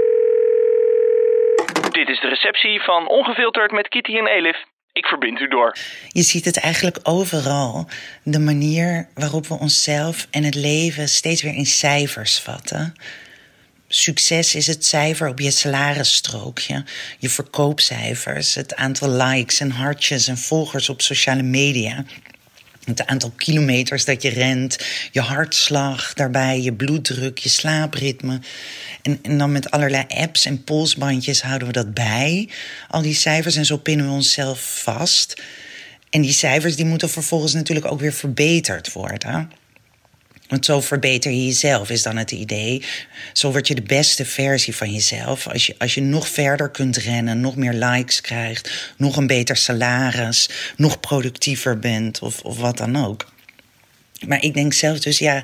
Dit is de receptie van Ongefilterd met Kitty en Elif. Ik verbind u door. Je ziet het eigenlijk overal. De manier waarop we onszelf en het leven steeds weer in cijfers vatten. Succes is het cijfer op je salarisstrookje, je verkoopcijfers, het aantal likes en hartjes en volgers op sociale media. Het aantal kilometers dat je rent, je hartslag daarbij, je bloeddruk, je slaapritme. En, en dan met allerlei apps en polsbandjes houden we dat bij. Al die cijfers en zo pinnen we onszelf vast. En die cijfers die moeten vervolgens natuurlijk ook weer verbeterd worden. Want zo verbeter je jezelf, is dan het idee. Zo word je de beste versie van jezelf. Als je, als je nog verder kunt rennen, nog meer likes krijgt, nog een beter salaris, nog productiever bent of, of wat dan ook. Maar ik denk zelf dus, ja,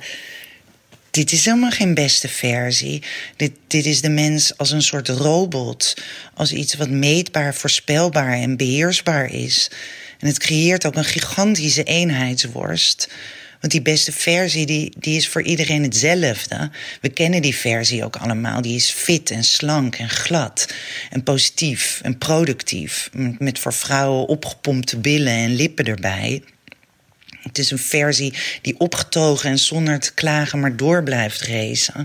dit is helemaal geen beste versie. Dit, dit is de mens als een soort robot. Als iets wat meetbaar, voorspelbaar en beheersbaar is. En het creëert ook een gigantische eenheidsworst. Want die beste versie, die, die is voor iedereen hetzelfde. We kennen die versie ook allemaal. Die is fit en slank en glad en positief en productief. Met voor vrouwen opgepompte billen en lippen erbij. Het is een versie die opgetogen en zonder te klagen maar door blijft racen.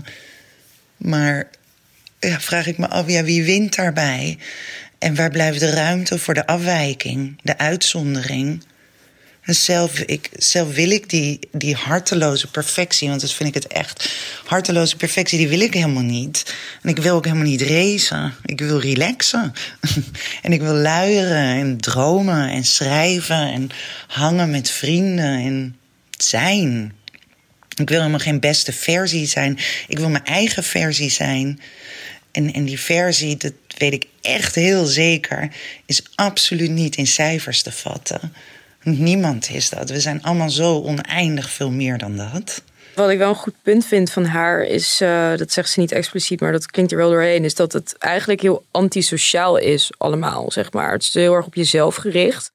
Maar ja, vraag ik me af, ja, wie wint daarbij? En waar blijft de ruimte voor de afwijking, de uitzondering? En zelf, ik, zelf wil ik die, die harteloze perfectie, want dat vind ik het echt. Harteloze perfectie, die wil ik helemaal niet. En ik wil ook helemaal niet racen. Ik wil relaxen. En ik wil luieren en dromen en schrijven en hangen met vrienden en zijn. Ik wil helemaal geen beste versie zijn. Ik wil mijn eigen versie zijn. En, en die versie, dat weet ik echt heel zeker, is absoluut niet in cijfers te vatten. Niemand is dat. We zijn allemaal zo oneindig veel meer dan dat. Wat ik wel een goed punt vind van haar is, uh, dat zegt ze niet expliciet, maar dat klinkt er wel doorheen, is dat het eigenlijk heel antisociaal is allemaal, zeg maar. Het is heel erg op jezelf gericht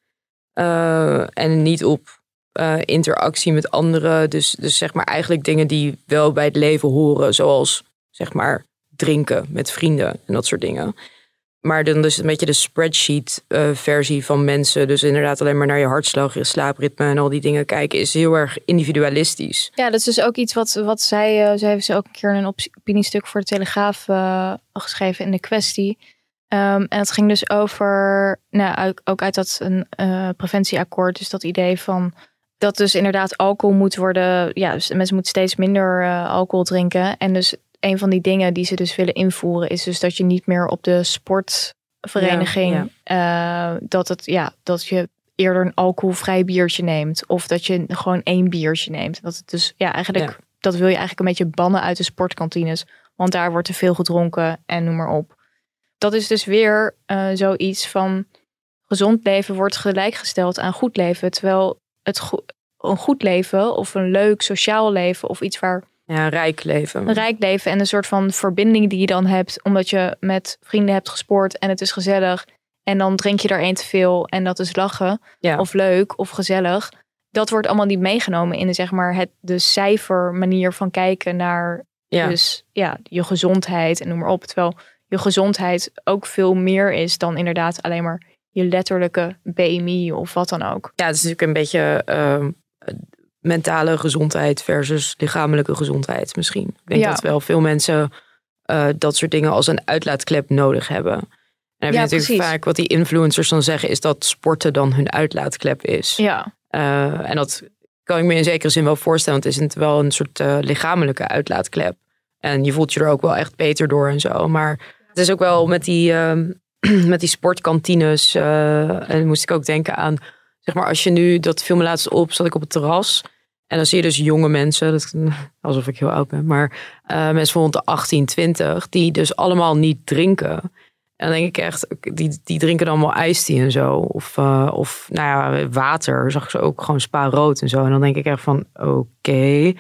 uh, en niet op uh, interactie met anderen. Dus, dus zeg maar eigenlijk dingen die wel bij het leven horen, zoals zeg maar drinken met vrienden en dat soort dingen. Maar dan dus een beetje de spreadsheet uh, versie van mensen. Dus inderdaad alleen maar naar je hartslag, je slaapritme en al die dingen kijken is heel erg individualistisch. Ja, dat is dus ook iets wat, wat zij, uh, zij heeft ze ook een keer een opiniestuk voor de Telegraaf uh, geschreven in de kwestie. Um, en het ging dus over, nou, ook uit dat een uh, preventieakkoord, dus dat idee van dat dus inderdaad alcohol moet worden, ja, dus mensen moeten steeds minder uh, alcohol drinken. En dus een van die dingen die ze dus willen invoeren is dus dat je niet meer op de sportvereniging ja, ja. Uh, dat het ja dat je eerder een alcoholvrij biertje neemt of dat je gewoon één biertje neemt. Dat het dus ja eigenlijk ja. dat wil je eigenlijk een beetje bannen uit de sportkantines, want daar wordt te veel gedronken en noem maar op. Dat is dus weer uh, zoiets van gezond leven wordt gelijkgesteld aan goed leven, terwijl het go- een goed leven of een leuk sociaal leven of iets waar Ja, een rijk leven. Een rijk leven en een soort van verbinding die je dan hebt, omdat je met vrienden hebt gesport en het is gezellig. En dan drink je er één te veel en dat is lachen. Ja. Of leuk of gezellig. Dat wordt allemaal niet meegenomen in de, zeg maar, het, de cijfer manier van kijken naar ja. Dus, ja, je gezondheid en noem maar op. Terwijl je gezondheid ook veel meer is dan inderdaad alleen maar je letterlijke B M I of wat dan ook. Ja, het is natuurlijk een beetje Uh... mentale gezondheid versus lichamelijke gezondheid misschien. Ik denk ja. dat wel veel mensen uh, dat soort dingen als een uitlaatklep nodig hebben. En dan heb je ja, natuurlijk precies. vaak wat die influencers dan zeggen is dat sporten dan hun uitlaatklep is. Ja. Uh, en dat kan ik me in zekere zin wel voorstellen, want het is wel een soort uh, lichamelijke uitlaatklep. En je voelt je er ook wel echt beter door en zo. Maar het is ook wel met die, uh, met die sportkantines uh, en moest ik ook denken aan, zeg maar, als je nu, dat viel me laatst op, zat ik op het terras. En dan zie je dus jonge mensen, dat, alsof ik heel oud ben, maar uh, mensen van rond de achttien, twintig, die dus allemaal niet drinken. En dan denk ik echt, die, die drinken dan allemaal ijsthee en zo. Of, uh, of nou ja, water, zag ik ze ook gewoon spa rood en zo. En dan denk ik echt van, oké. Okay.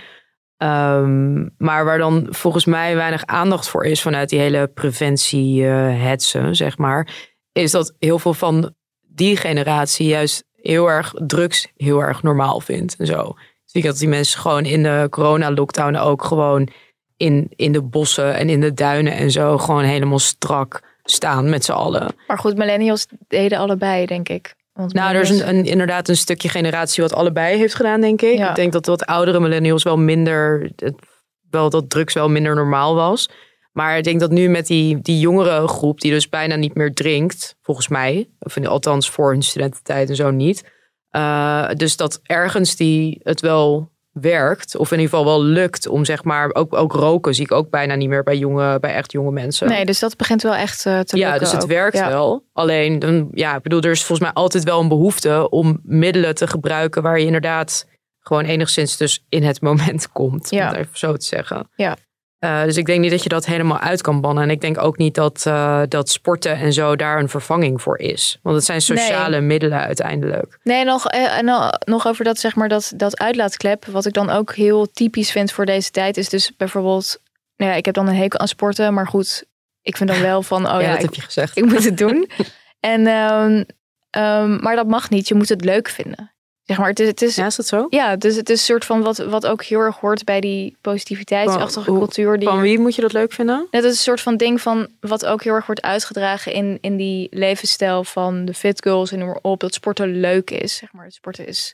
Um, maar waar dan volgens mij weinig aandacht voor is vanuit die hele preventie uh, hetsen, zeg maar, is dat heel veel van die generatie juist heel erg drugs heel erg normaal vindt en zo. Dus ik dat die mensen gewoon in de corona-lockdown ook gewoon in, in de bossen en in de duinen en zo gewoon helemaal strak staan met z'n allen. Maar goed, millennials deden allebei, denk ik. Want nou, er is een, een, inderdaad een stukje generatie wat allebei heeft gedaan, denk ik. Ja. Ik denk dat wat oudere millennials wel minder, wel dat drugs wel minder normaal was. Maar ik denk dat nu met die, die jongere groep die dus bijna niet meer drinkt, volgens mij, of althans voor hun studententijd en zo niet. Uh, dus dat ergens die het wel werkt, of in ieder geval wel lukt om zeg maar, ook, ook roken zie ik ook bijna niet meer bij, jonge, bij echt jonge mensen. Nee, dus dat begint wel echt uh, te lukken. Ja, dus het ook. werkt ja. wel. Alleen, dan, ja, ik bedoel, er is volgens mij altijd wel een behoefte om middelen te gebruiken waar je inderdaad gewoon enigszins dus in het moment komt, ja. om het even zo te zeggen. Ja. Uh, dus ik denk niet dat je dat helemaal uit kan bannen. En ik denk ook niet dat, uh, dat sporten en zo daar een vervanging voor is. Want het zijn sociale nee. middelen uiteindelijk. Nee, nog, en nog over dat, zeg maar, dat, dat uitlaatklep. Wat ik dan ook heel typisch vind voor deze tijd is dus bijvoorbeeld, nou ja, ik heb dan een hekel aan sporten. Maar goed, ik vind dan wel van, oh ja, ja dat ik, heb je gezegd. Ik moet het doen. en, um, um, maar dat mag niet. Je moet het leuk vinden. Zeg maar, het is, het is, ja, is dat zo? Ja, dus het is een soort van wat, wat ook heel erg hoort bij die positiviteitsachtige van, cultuur. Die, van wie moet je dat leuk vinden? Dat is een soort van ding van wat ook heel erg wordt uitgedragen in, in die levensstijl van de fit girls en noem maar op. Dat sporten leuk is, zeg maar. Sporten is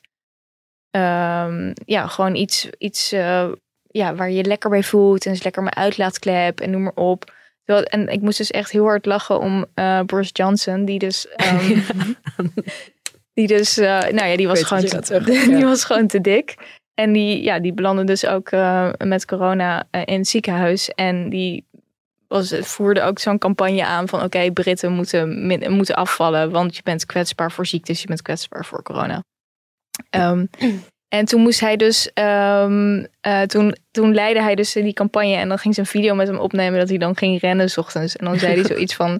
um, ja, gewoon iets, iets uh, ja, waar je je lekker bij voelt. En is lekker mijn uitlaatklep en noem maar op. En ik moest dus echt heel hard lachen om uh, Boris Johnson, die dus... Um, Die dus, uh, nou ja, die was, gewoon te, terug, die ja. was gewoon te dik. En die, ja, die belandde dus ook uh, met corona uh, in het ziekenhuis. En die was, voerde ook zo'n campagne aan van, oké, okay, Britten moeten, min, moeten afvallen, want je bent kwetsbaar voor ziektes, je bent kwetsbaar voor corona. Um, En toen moest hij dus, um, uh, toen, toen leidde hij dus die campagne en dan ging ze een video met hem opnemen dat hij dan ging rennen 's ochtends. En dan zei hij zoiets van,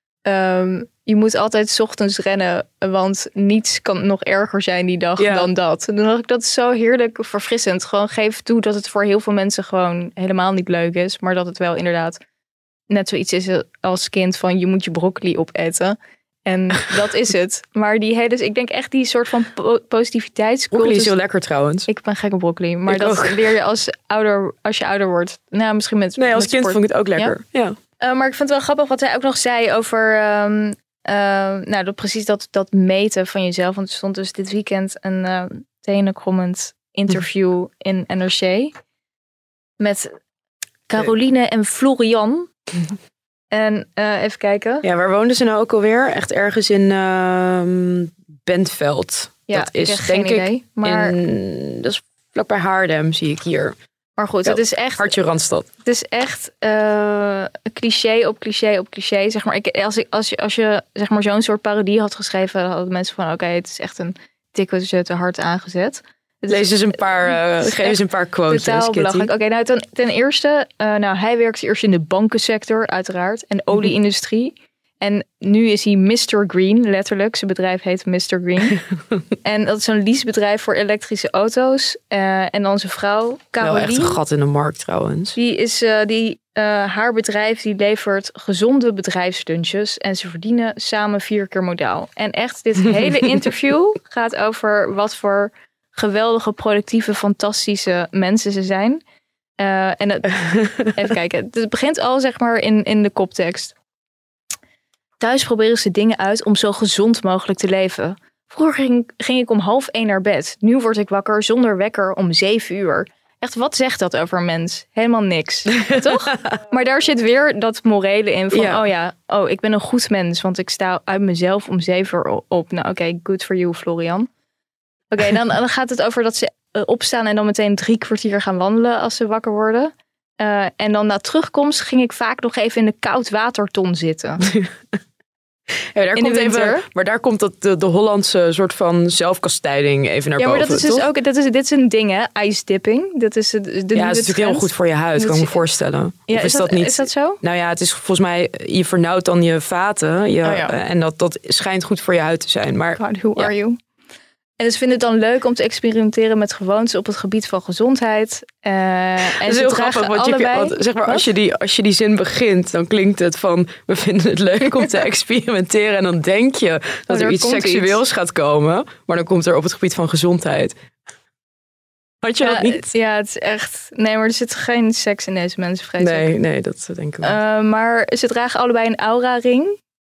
um, je moet altijd 's ochtends rennen, want niets kan nog erger zijn die dag ja. dan dat. En toen dacht ik, dat is zo heerlijk verfrissend. Gewoon geef toe dat het voor heel veel mensen gewoon helemaal niet leuk is, maar dat het wel inderdaad net zoiets is als kind van je moet je broccoli opeten. En dat is het. Maar die hele, dus ik denk echt die soort van po- positiviteitscultus. Broccoli is heel lekker trouwens. Ik ben gek op broccoli. Maar ik dat ook. leer je als, ouder, als je ouder wordt. Nou, misschien met Nee, als met kind sport. vond ik het ook lekker. Ja. ja. Uh, maar ik vind het wel grappig wat hij ook nog zei over Um, uh, nou, dat, precies dat, dat meten van jezelf. Want er stond dus dit weekend een uh, tenenkrommend interview in N R C. Met Caroline en Florian. En uh, even kijken. Ja, waar woonden ze nou ook alweer? Echt ergens in uh, Bentveld. Ja, dat is ik heb denk geen ik idee. Maar in, dat is vlakbij Haarlem, zie ik hier. Maar goed, ja, het is echt hartje Randstad. Het is echt uh, cliché op cliché op cliché. Zeg maar, ik, als, ik, als je, als je zeg maar, zo'n soort parodie had geschreven, dan hadden mensen van oké, okay, het is echt een tikkeltje te hard aangezet. Lees eens een paar, uh, geef eens een paar quotes. Totaal belachelijk. Oké, okay, nou ten, ten eerste, uh, nou hij werkte eerst in de bankensector uiteraard en olieindustrie. En nu is hij mister Green, letterlijk. Zijn bedrijf heet mister Green. En dat is een leasebedrijf voor elektrische auto's. Uh, en dan zijn vrouw, Caroline. Wel echt een gat in de markt trouwens. Die is, uh, die, uh, haar bedrijf die levert gezonde bedrijfslunches. En ze verdienen samen vier keer modaal. En echt, dit hele interview gaat over wat voor geweldige, productieve, fantastische mensen ze zijn. Uh, en het, even kijken. Het begint al zeg maar in, in de koptekst. Thuis proberen ze dingen uit om zo gezond mogelijk te leven. Vroeger ging, ging ik om half één naar bed. Nu word ik wakker zonder wekker om zeven uur. Echt, wat zegt dat over een mens? Helemaal niks, toch? Maar daar zit weer dat morele in van, ja. oh ja, oh, ik ben een goed mens, want ik sta uit mezelf om zeven uur op. Nou oké, okay, good for you, Florian. Oké, okay, dan, dan gaat het over dat ze uh, opstaan en dan meteen drie kwartier gaan wandelen als ze wakker worden. Uh, en dan na terugkomst ging ik vaak nog even in de koudwaterton zitten. Ja, daar in komt de winter. Even, maar daar komt dat de, de Hollandse soort van zelfkastijding even naar ja, boven. Ja, maar dat is dus ook, dat is, dit is een ding hè, ice dipping. Dat is de, de ja, het is natuurlijk heel goed voor je huid, kan ik me voorstellen. Ja, of is, is, dat, dat niet? Is dat zo? Nou ja, het is volgens mij, je vernauwt dan je vaten. Je, oh ja. En dat, dat schijnt goed voor je huid te zijn. Maar, God, who ja. are you? En dus vinden het dan leuk om te experimenteren met gewoontes op het gebied van gezondheid. Uh, en dat is heel grappig, want, allebei, je, want zeg maar, als je, die, als je die zin begint, dan klinkt het van, we vinden het leuk om te experimenteren. En dan denk je dat oh, er iets seksueels iets. gaat komen, maar dan komt er op het gebied van gezondheid. Had je ja, dat niet? Ja, het is echt... Nee, maar er zit geen seks in deze mensen, vrees nee, ik. Nee, dat denk ik wel. Uh, maar ze dragen allebei een aura-ring.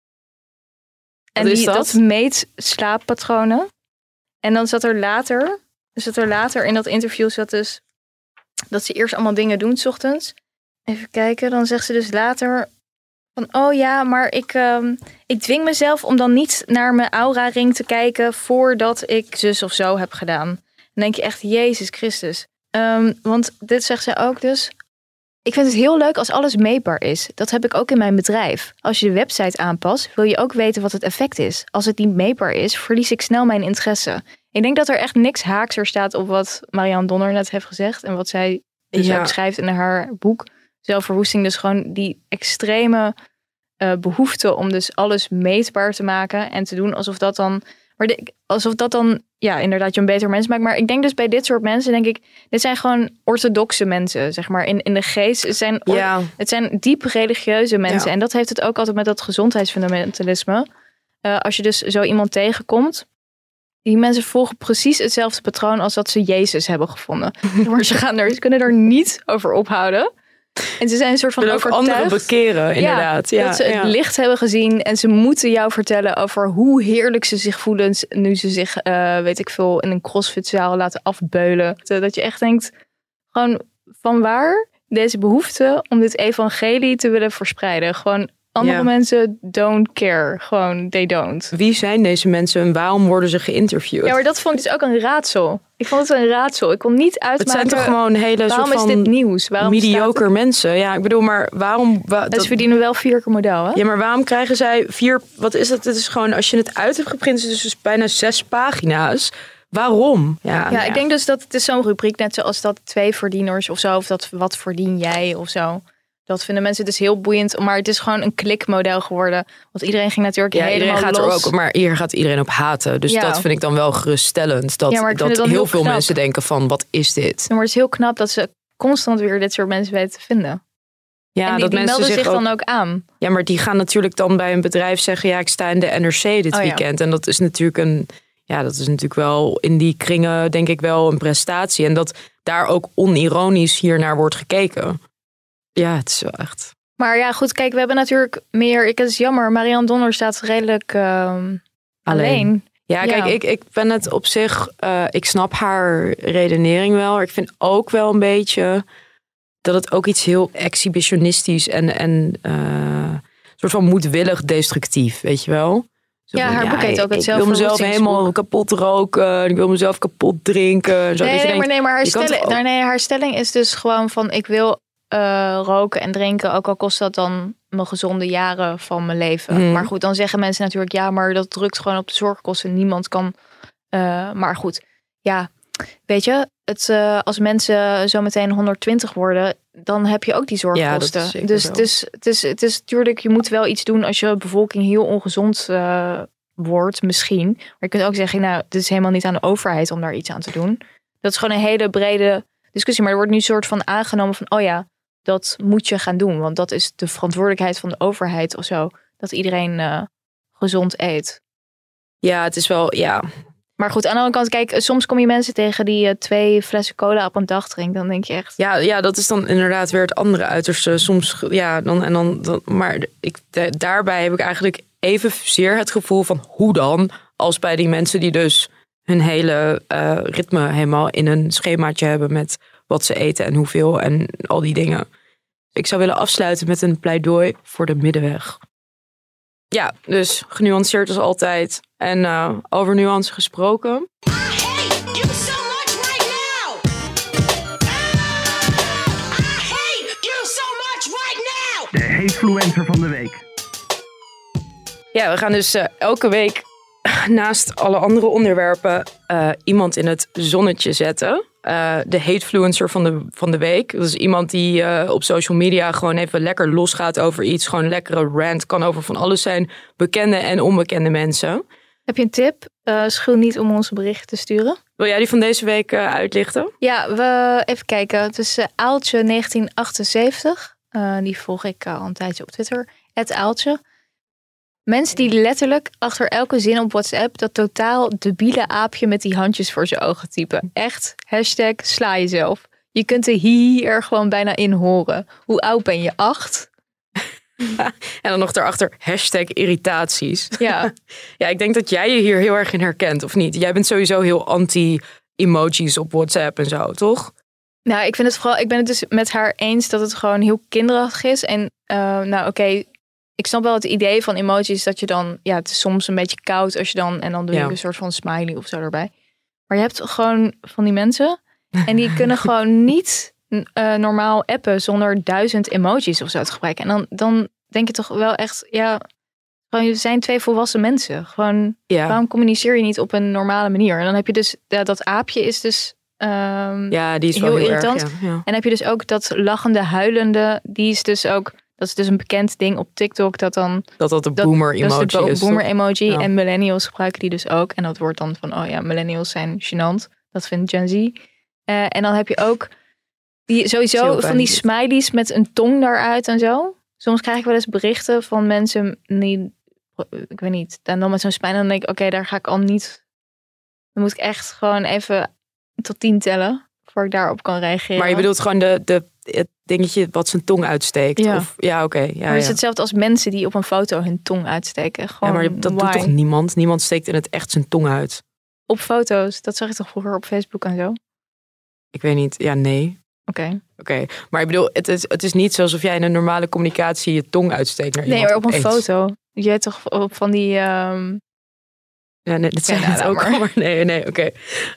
En die, dat? dat meet slaappatronen. En dan zat er later, zat er later in dat interview zat dus dat ze eerst allemaal dingen doen 's ochtends. Even kijken, dan zegt ze dus later van oh ja, maar ik, um, ik dwing mezelf om dan niet naar mijn aura-ring te kijken voordat ik zus of zo heb gedaan. Dan denk je echt, Jezus Christus. Um, want dit zegt zij ook dus. Ik vind het heel leuk als alles meetbaar is. Dat heb ik ook in mijn bedrijf. Als je de website aanpast, wil je ook weten wat het effect is. Als het niet meetbaar is, verlies ik snel mijn interesse. Ik denk dat er echt niks haaks staat op wat Marianne Donner net heeft gezegd. En wat zij dus ja. ook schrijft in haar boek. Zelfverwoesting, dus gewoon die extreme uh, behoefte om dus alles meetbaar te maken. En te doen alsof dat dan... Maar de, alsof dat dan, ja, inderdaad je een beter mens maakt. Maar ik denk dus bij dit soort mensen, denk ik, dit zijn gewoon orthodoxe mensen, zeg maar. In, in de geest, het zijn, ja. het zijn diep religieuze mensen. Ja. En dat heeft het ook altijd met dat gezondheidsfundamentalisme. Uh, als je dus zo iemand tegenkomt, die mensen volgen precies hetzelfde patroon als dat ze Jezus hebben gevonden. Maar ze, gaan er, ze kunnen er niet over ophouden. En ze zijn een soort van ook overtuigd. anderen bekeren, inderdaad. Ja, ja, dat ze het ja. licht hebben gezien. En ze moeten jou vertellen over hoe heerlijk ze zich voelen. Nu ze zich, uh, weet ik veel, in een crossfitzaal laten afbeulen. Dat je echt denkt, gewoon van waar deze behoefte om dit evangelie te willen verspreiden. Gewoon andere ja. mensen don't care. Gewoon, they don't. Wie zijn deze mensen en waarom worden ze geïnterviewd? Ja, maar dat vond ik dus ook een raadsel. Ik vond het een raadsel. Ik kon niet uitmaken. Het zijn toch gewoon hele waarom soort van is dit nieuws? Waarom mediocre mensen. Ja, ik bedoel, maar waarom... Wa, dat... Ze verdienen wel vier keer model, hè? Ja, maar waarom krijgen zij vier... Wat is dat? Het is gewoon, als je het uit hebt geprint, is het dus bijna zes pagina's. Waarom? Ja, Ja, ja, ik denk dus dat het is zo'n rubriek, net zoals dat twee verdieners of zo, of dat wat verdien jij of zo. Dat vinden mensen dus heel boeiend, maar het is gewoon een klikmodel geworden. Want iedereen ging natuurlijk ja, helemaal iedereen gaat los. er ook, maar hier gaat iedereen op haten. Dus Ja. dat vind ik dan wel geruststellend. Dat, Ja, maar ik vind dat het dan heel heel veel knap. mensen denken van, wat is dit? Maar het is heel knap dat ze constant weer dit soort mensen weten te vinden. Ja, en die, dat die mensen melden zich ook, dan ook aan. Ja, maar die gaan natuurlijk dan bij een bedrijf zeggen, ja, ik sta in de N R C dit Oh, ja. weekend. En dat is natuurlijk een, ja, dat is natuurlijk wel in die kringen denk ik wel een prestatie. En dat daar ook onironisch hier naar wordt gekeken. Ja, het is wel echt. Maar ja, goed, kijk, we hebben natuurlijk meer... Ik, het is jammer, Marianne Donner staat redelijk ehm, alleen. Ja, Ja. kijk, ik, ik ben het op zich... Uh, ik snap haar redenering wel. Ik vind ook wel een beetje dat het ook iets heel exhibitionistisch en, en uh, soort van moedwillig destructief, weet je wel? Zo Ja, van, haar boek heet ook ik, het ik wil mezelf helemaal kapot roken. Ik wil mezelf kapot drinken. Zo, Nee, dat je nee, maar, denkt, nee, maar haar, je kan stelling, toch ook- nou, nee, haar stelling is dus gewoon van... Ik wil uh, roken en drinken, ook al kost dat dan mijn gezonde jaren van mijn leven. Hmm. Maar goed, dan zeggen mensen natuurlijk... Ja, maar dat drukt gewoon op de zorgkosten. Niemand kan... Uh, maar goed, ja, weet je... Het, uh, als mensen zo meteen honderdtwintig worden... dan heb je ook die zorgkosten. Ja, dat is zeker dus zo. het is, het, is, het is natuurlijk... Je moet wel iets doen als je bevolking heel ongezond uh, wordt, misschien. Maar je kunt ook zeggen... Nou, het is helemaal niet aan de overheid om daar iets aan te doen. Dat is gewoon een hele brede discussie. Maar er wordt nu een soort van aangenomen van... oh ja, dat moet je gaan doen. Want dat is de verantwoordelijkheid van de overheid of zo. Dat iedereen uh, gezond eet. Ja, het is wel... Ja. Maar goed, aan de andere kant, kijk, soms kom je mensen tegen die uh, twee flessen cola op een dag drinken. Dan denk je echt... Ja, ja, dat is dan inderdaad weer het andere uiterste. Soms, ja, dan en dan... dan maar ik, de, daarbij heb ik eigenlijk evenzeer het gevoel van... hoe dan, als bij die mensen die dus hun hele uh, ritme helemaal in een schemaatje hebben... met wat ze eten en hoeveel en al die dingen. Ik zou willen afsluiten met een pleidooi voor de middenweg. Ja, dus genuanceerd als altijd. En uh, over nuance gesproken. De hatefluencer van de week. Ja, we gaan dus uh, elke week naast alle andere onderwerpen uh, iemand in het zonnetje zetten. Uh, de hatefluencer van de, van de week. Dat is iemand die uh, op social media gewoon even lekker losgaat over iets. Gewoon een lekkere rant. Kan over van alles zijn. Bekende en onbekende mensen. Heb je een tip? Uh, schuw niet om onze berichten te sturen. Wil jij die van deze week uh, uitlichten? Ja, we even kijken. Het is uh, Aaltje negentien achtenzeventig. Uh, die volg ik uh, al een tijdje op Twitter. Het Aaltje. Mensen die letterlijk achter elke zin op WhatsApp dat totaal debiele aapje met die handjes voor zijn ogen typen. Echt, hashtag sla jezelf. Je kunt de hihi er gewoon bijna in horen. Hoe oud ben je? Acht? En dan nog daarachter hashtag irritaties. Ja. Ja, ik denk dat jij je hier heel erg in herkent, of niet? Jij bent sowieso heel anti-emojis op WhatsApp en zo, toch? Nou, ik vind het vooral, ik ben het dus met haar eens dat het gewoon heel kinderachtig is. En uh, nou oké, okay, ik snap wel het idee van emojis dat je dan, ja, het is soms een beetje koud als je dan, en dan doe je Ja. een soort van smiley of zo erbij. Maar je hebt gewoon van die mensen en die kunnen gewoon niet uh, normaal appen zonder duizend emojis of zo te gebruiken. En dan, dan denk je toch wel echt, ja, gewoon, je zijn twee volwassen mensen. Gewoon, Ja. waarom communiceer je niet op een normale manier? En dan heb je dus, ja, dat aapje is dus um, Ja, die is wel heel, heel irritant. erg, ja, ja. En dan heb je dus ook dat lachende, huilende, die is dus ook, dat is dus een bekend ding op TikTok, dat dan... Dat dat de boomer emoji dat is. De is, boomer toch? emoji. Ja. En millennials gebruiken die dus ook. En dat wordt dan van, oh ja, millennials zijn gênant. Dat vindt Gen Z. Uh, en dan heb je ook die, sowieso Heel van die pijnlijk. smileys met een tong daaruit en zo. Soms krijg ik wel eens berichten van mensen die, ik weet niet, en dan met zo'n smile. En dan denk ik, oké, okay, daar ga ik al niet... Dan moet ik echt gewoon even tot tien tellen, voor ik daarop kan reageren. Maar je bedoelt gewoon de, de, het dingetje wat zijn tong uitsteekt? Ja. Of, ja, oké. Okay, ja, maar het is ja. hetzelfde als mensen die op een foto hun tong uitsteken. Gewoon, Ja, maar dat why? doet toch niemand? Niemand steekt in het echt zijn tong uit. Op foto's, dat zag ik toch vroeger op Facebook en zo? Oké. Ik weet niet. Ja, nee. Okay. Oké, okay. Maar ik bedoel, het is, het is niet alsof jij in een normale communicatie je tong uitsteekt naar Nee, iemand. maar op een opeens. foto. Je hebt toch op van die... Um... Ja, nee, dat Ja, zijn nou, het laat ook maar. al, maar nee, nee, oké.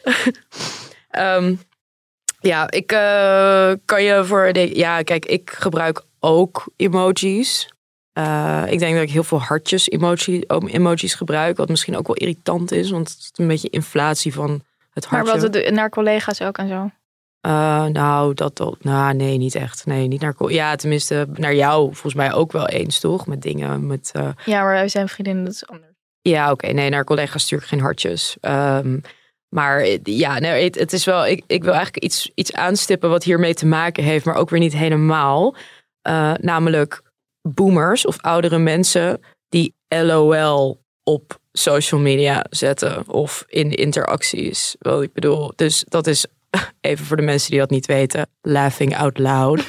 Okay. um, ja, ik uh, kan je voor... De, ja, kijk, ik gebruik ook emojis. Uh, ik denk dat ik heel veel hartjes emoji, emojis gebruik. Wat misschien ook wel irritant is. Want het is een beetje inflatie van het hartje. Maar wat het, naar collega's ook en zo? Uh, nou, dat, dat nou, nee, niet echt. Nee, niet naar, ja, tenminste, naar jou volgens mij ook wel eens, toch? Met dingen, met... Uh... Ja, maar wij zijn vriendinnen, dat is anders. Ja, oké. Okay, nee, naar collega's stuur ik geen hartjes. Um, maar ja, nee, het, het is wel... Ik, ik wil eigenlijk iets, iets aanstippen wat hiermee te maken heeft, maar ook weer niet helemaal. Uh, namelijk boomers of oudere mensen die L O L op social media zetten of in interacties. Wel, ik bedoel, dus dat is... Even voor de mensen die dat niet weten. Laughing out loud.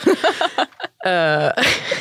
uh,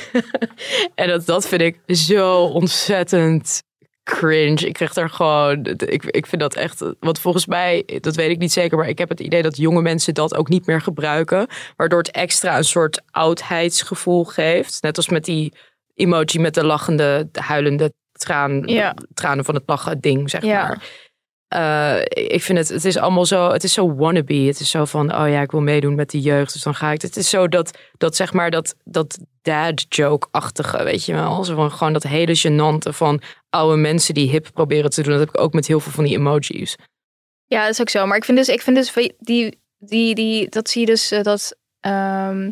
en dat, dat vind ik zo ontzettend cringe. Ik krijg daar gewoon... Ik, ik vind dat echt... Want volgens mij, dat weet ik niet zeker, maar ik heb het idee dat jonge mensen dat ook niet meer gebruiken. Waardoor het extra een soort oudheidsgevoel geeft. Net als met die emoji met de lachende, de huilende traan, ja. tranen van het lachen ding, zeg ja. maar. Uh, ik vind het, het is allemaal zo, het is zo wannabe. Het is zo van, oh ja, ik wil meedoen met de jeugd, dus dan ga ik. Het is zo dat, dat zeg maar, dat, dat dad joke-achtige, weet je wel. Zo van, gewoon dat hele gênante van oude mensen die hip proberen te doen. Dat heb ik ook met heel veel van die emojis. Ja, dat is ook zo. Maar ik vind dus, ik vind dus die, die, die, dat zie je dus, uh, dat... Um,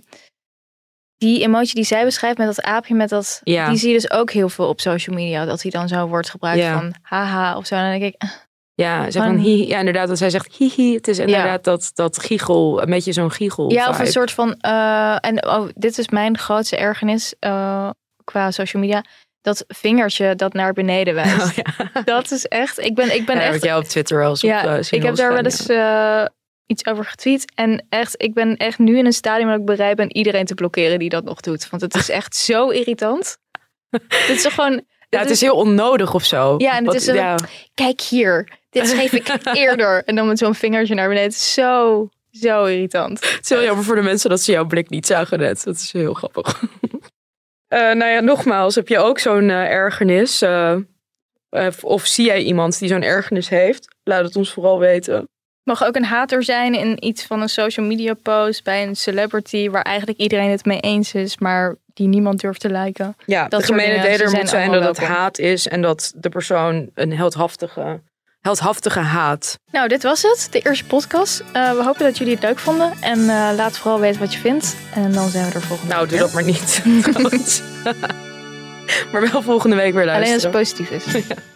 die emoji die zij beschrijft met dat aapje, met dat, ja. die zie je dus ook heel veel op social media. Dat die dan zo wordt gebruikt ja. van haha of zo. En dan denk ik... Ja, zeg van, hi, ja, inderdaad, dat zij zegt hihi. Het is inderdaad ja. dat, dat giechel, een beetje zo'n giechel. Ja, of een soort van, uh, en oh, dit is mijn grootste ergernis uh, qua social media. Dat vingertje dat naar beneden wijst. Oh, ja. Dat is echt, ik ben, ik ben ja, echt... heb jij op Twitter wel eens ja, op uh, ik heb daar wel eens uh, iets over getweet. En echt, ik ben echt nu in een stadium dat ik bereid ben iedereen te blokkeren die dat nog doet. Want het is echt zo irritant. Het is toch gewoon... Ja, het is heel onnodig of zo. Ja, en het Wat, is een, ja. kijk hier, dit schreef ik eerder. En dan met zo'n vingertje naar beneden. Het is zo, zo irritant. Het is heel jammer voor de mensen dat ze jouw blik niet zagen net. Dat is heel grappig. uh, nou ja, nogmaals, heb je ook zo'n uh, ergernis? Uh, uh, of zie jij iemand die zo'n ergernis heeft? Laat het ons vooral weten. Mag ook een hater zijn in iets van een social media post bij een celebrity waar eigenlijk iedereen het mee eens is, maar die niemand durft te liken. Ja, dat de gemene deler moet zijn dat het welkom. haat is en dat de persoon een heldhaftige, heldhaftige haat. Nou, dit was het. De eerste podcast. Uh, we hopen dat jullie het leuk vonden. En uh, laat vooral weten wat je vindt. En dan zijn we er volgende nou, week. Nou, doe dat maar niet. Maar wel volgende week weer luisteren. Alleen als het positief is. Ja.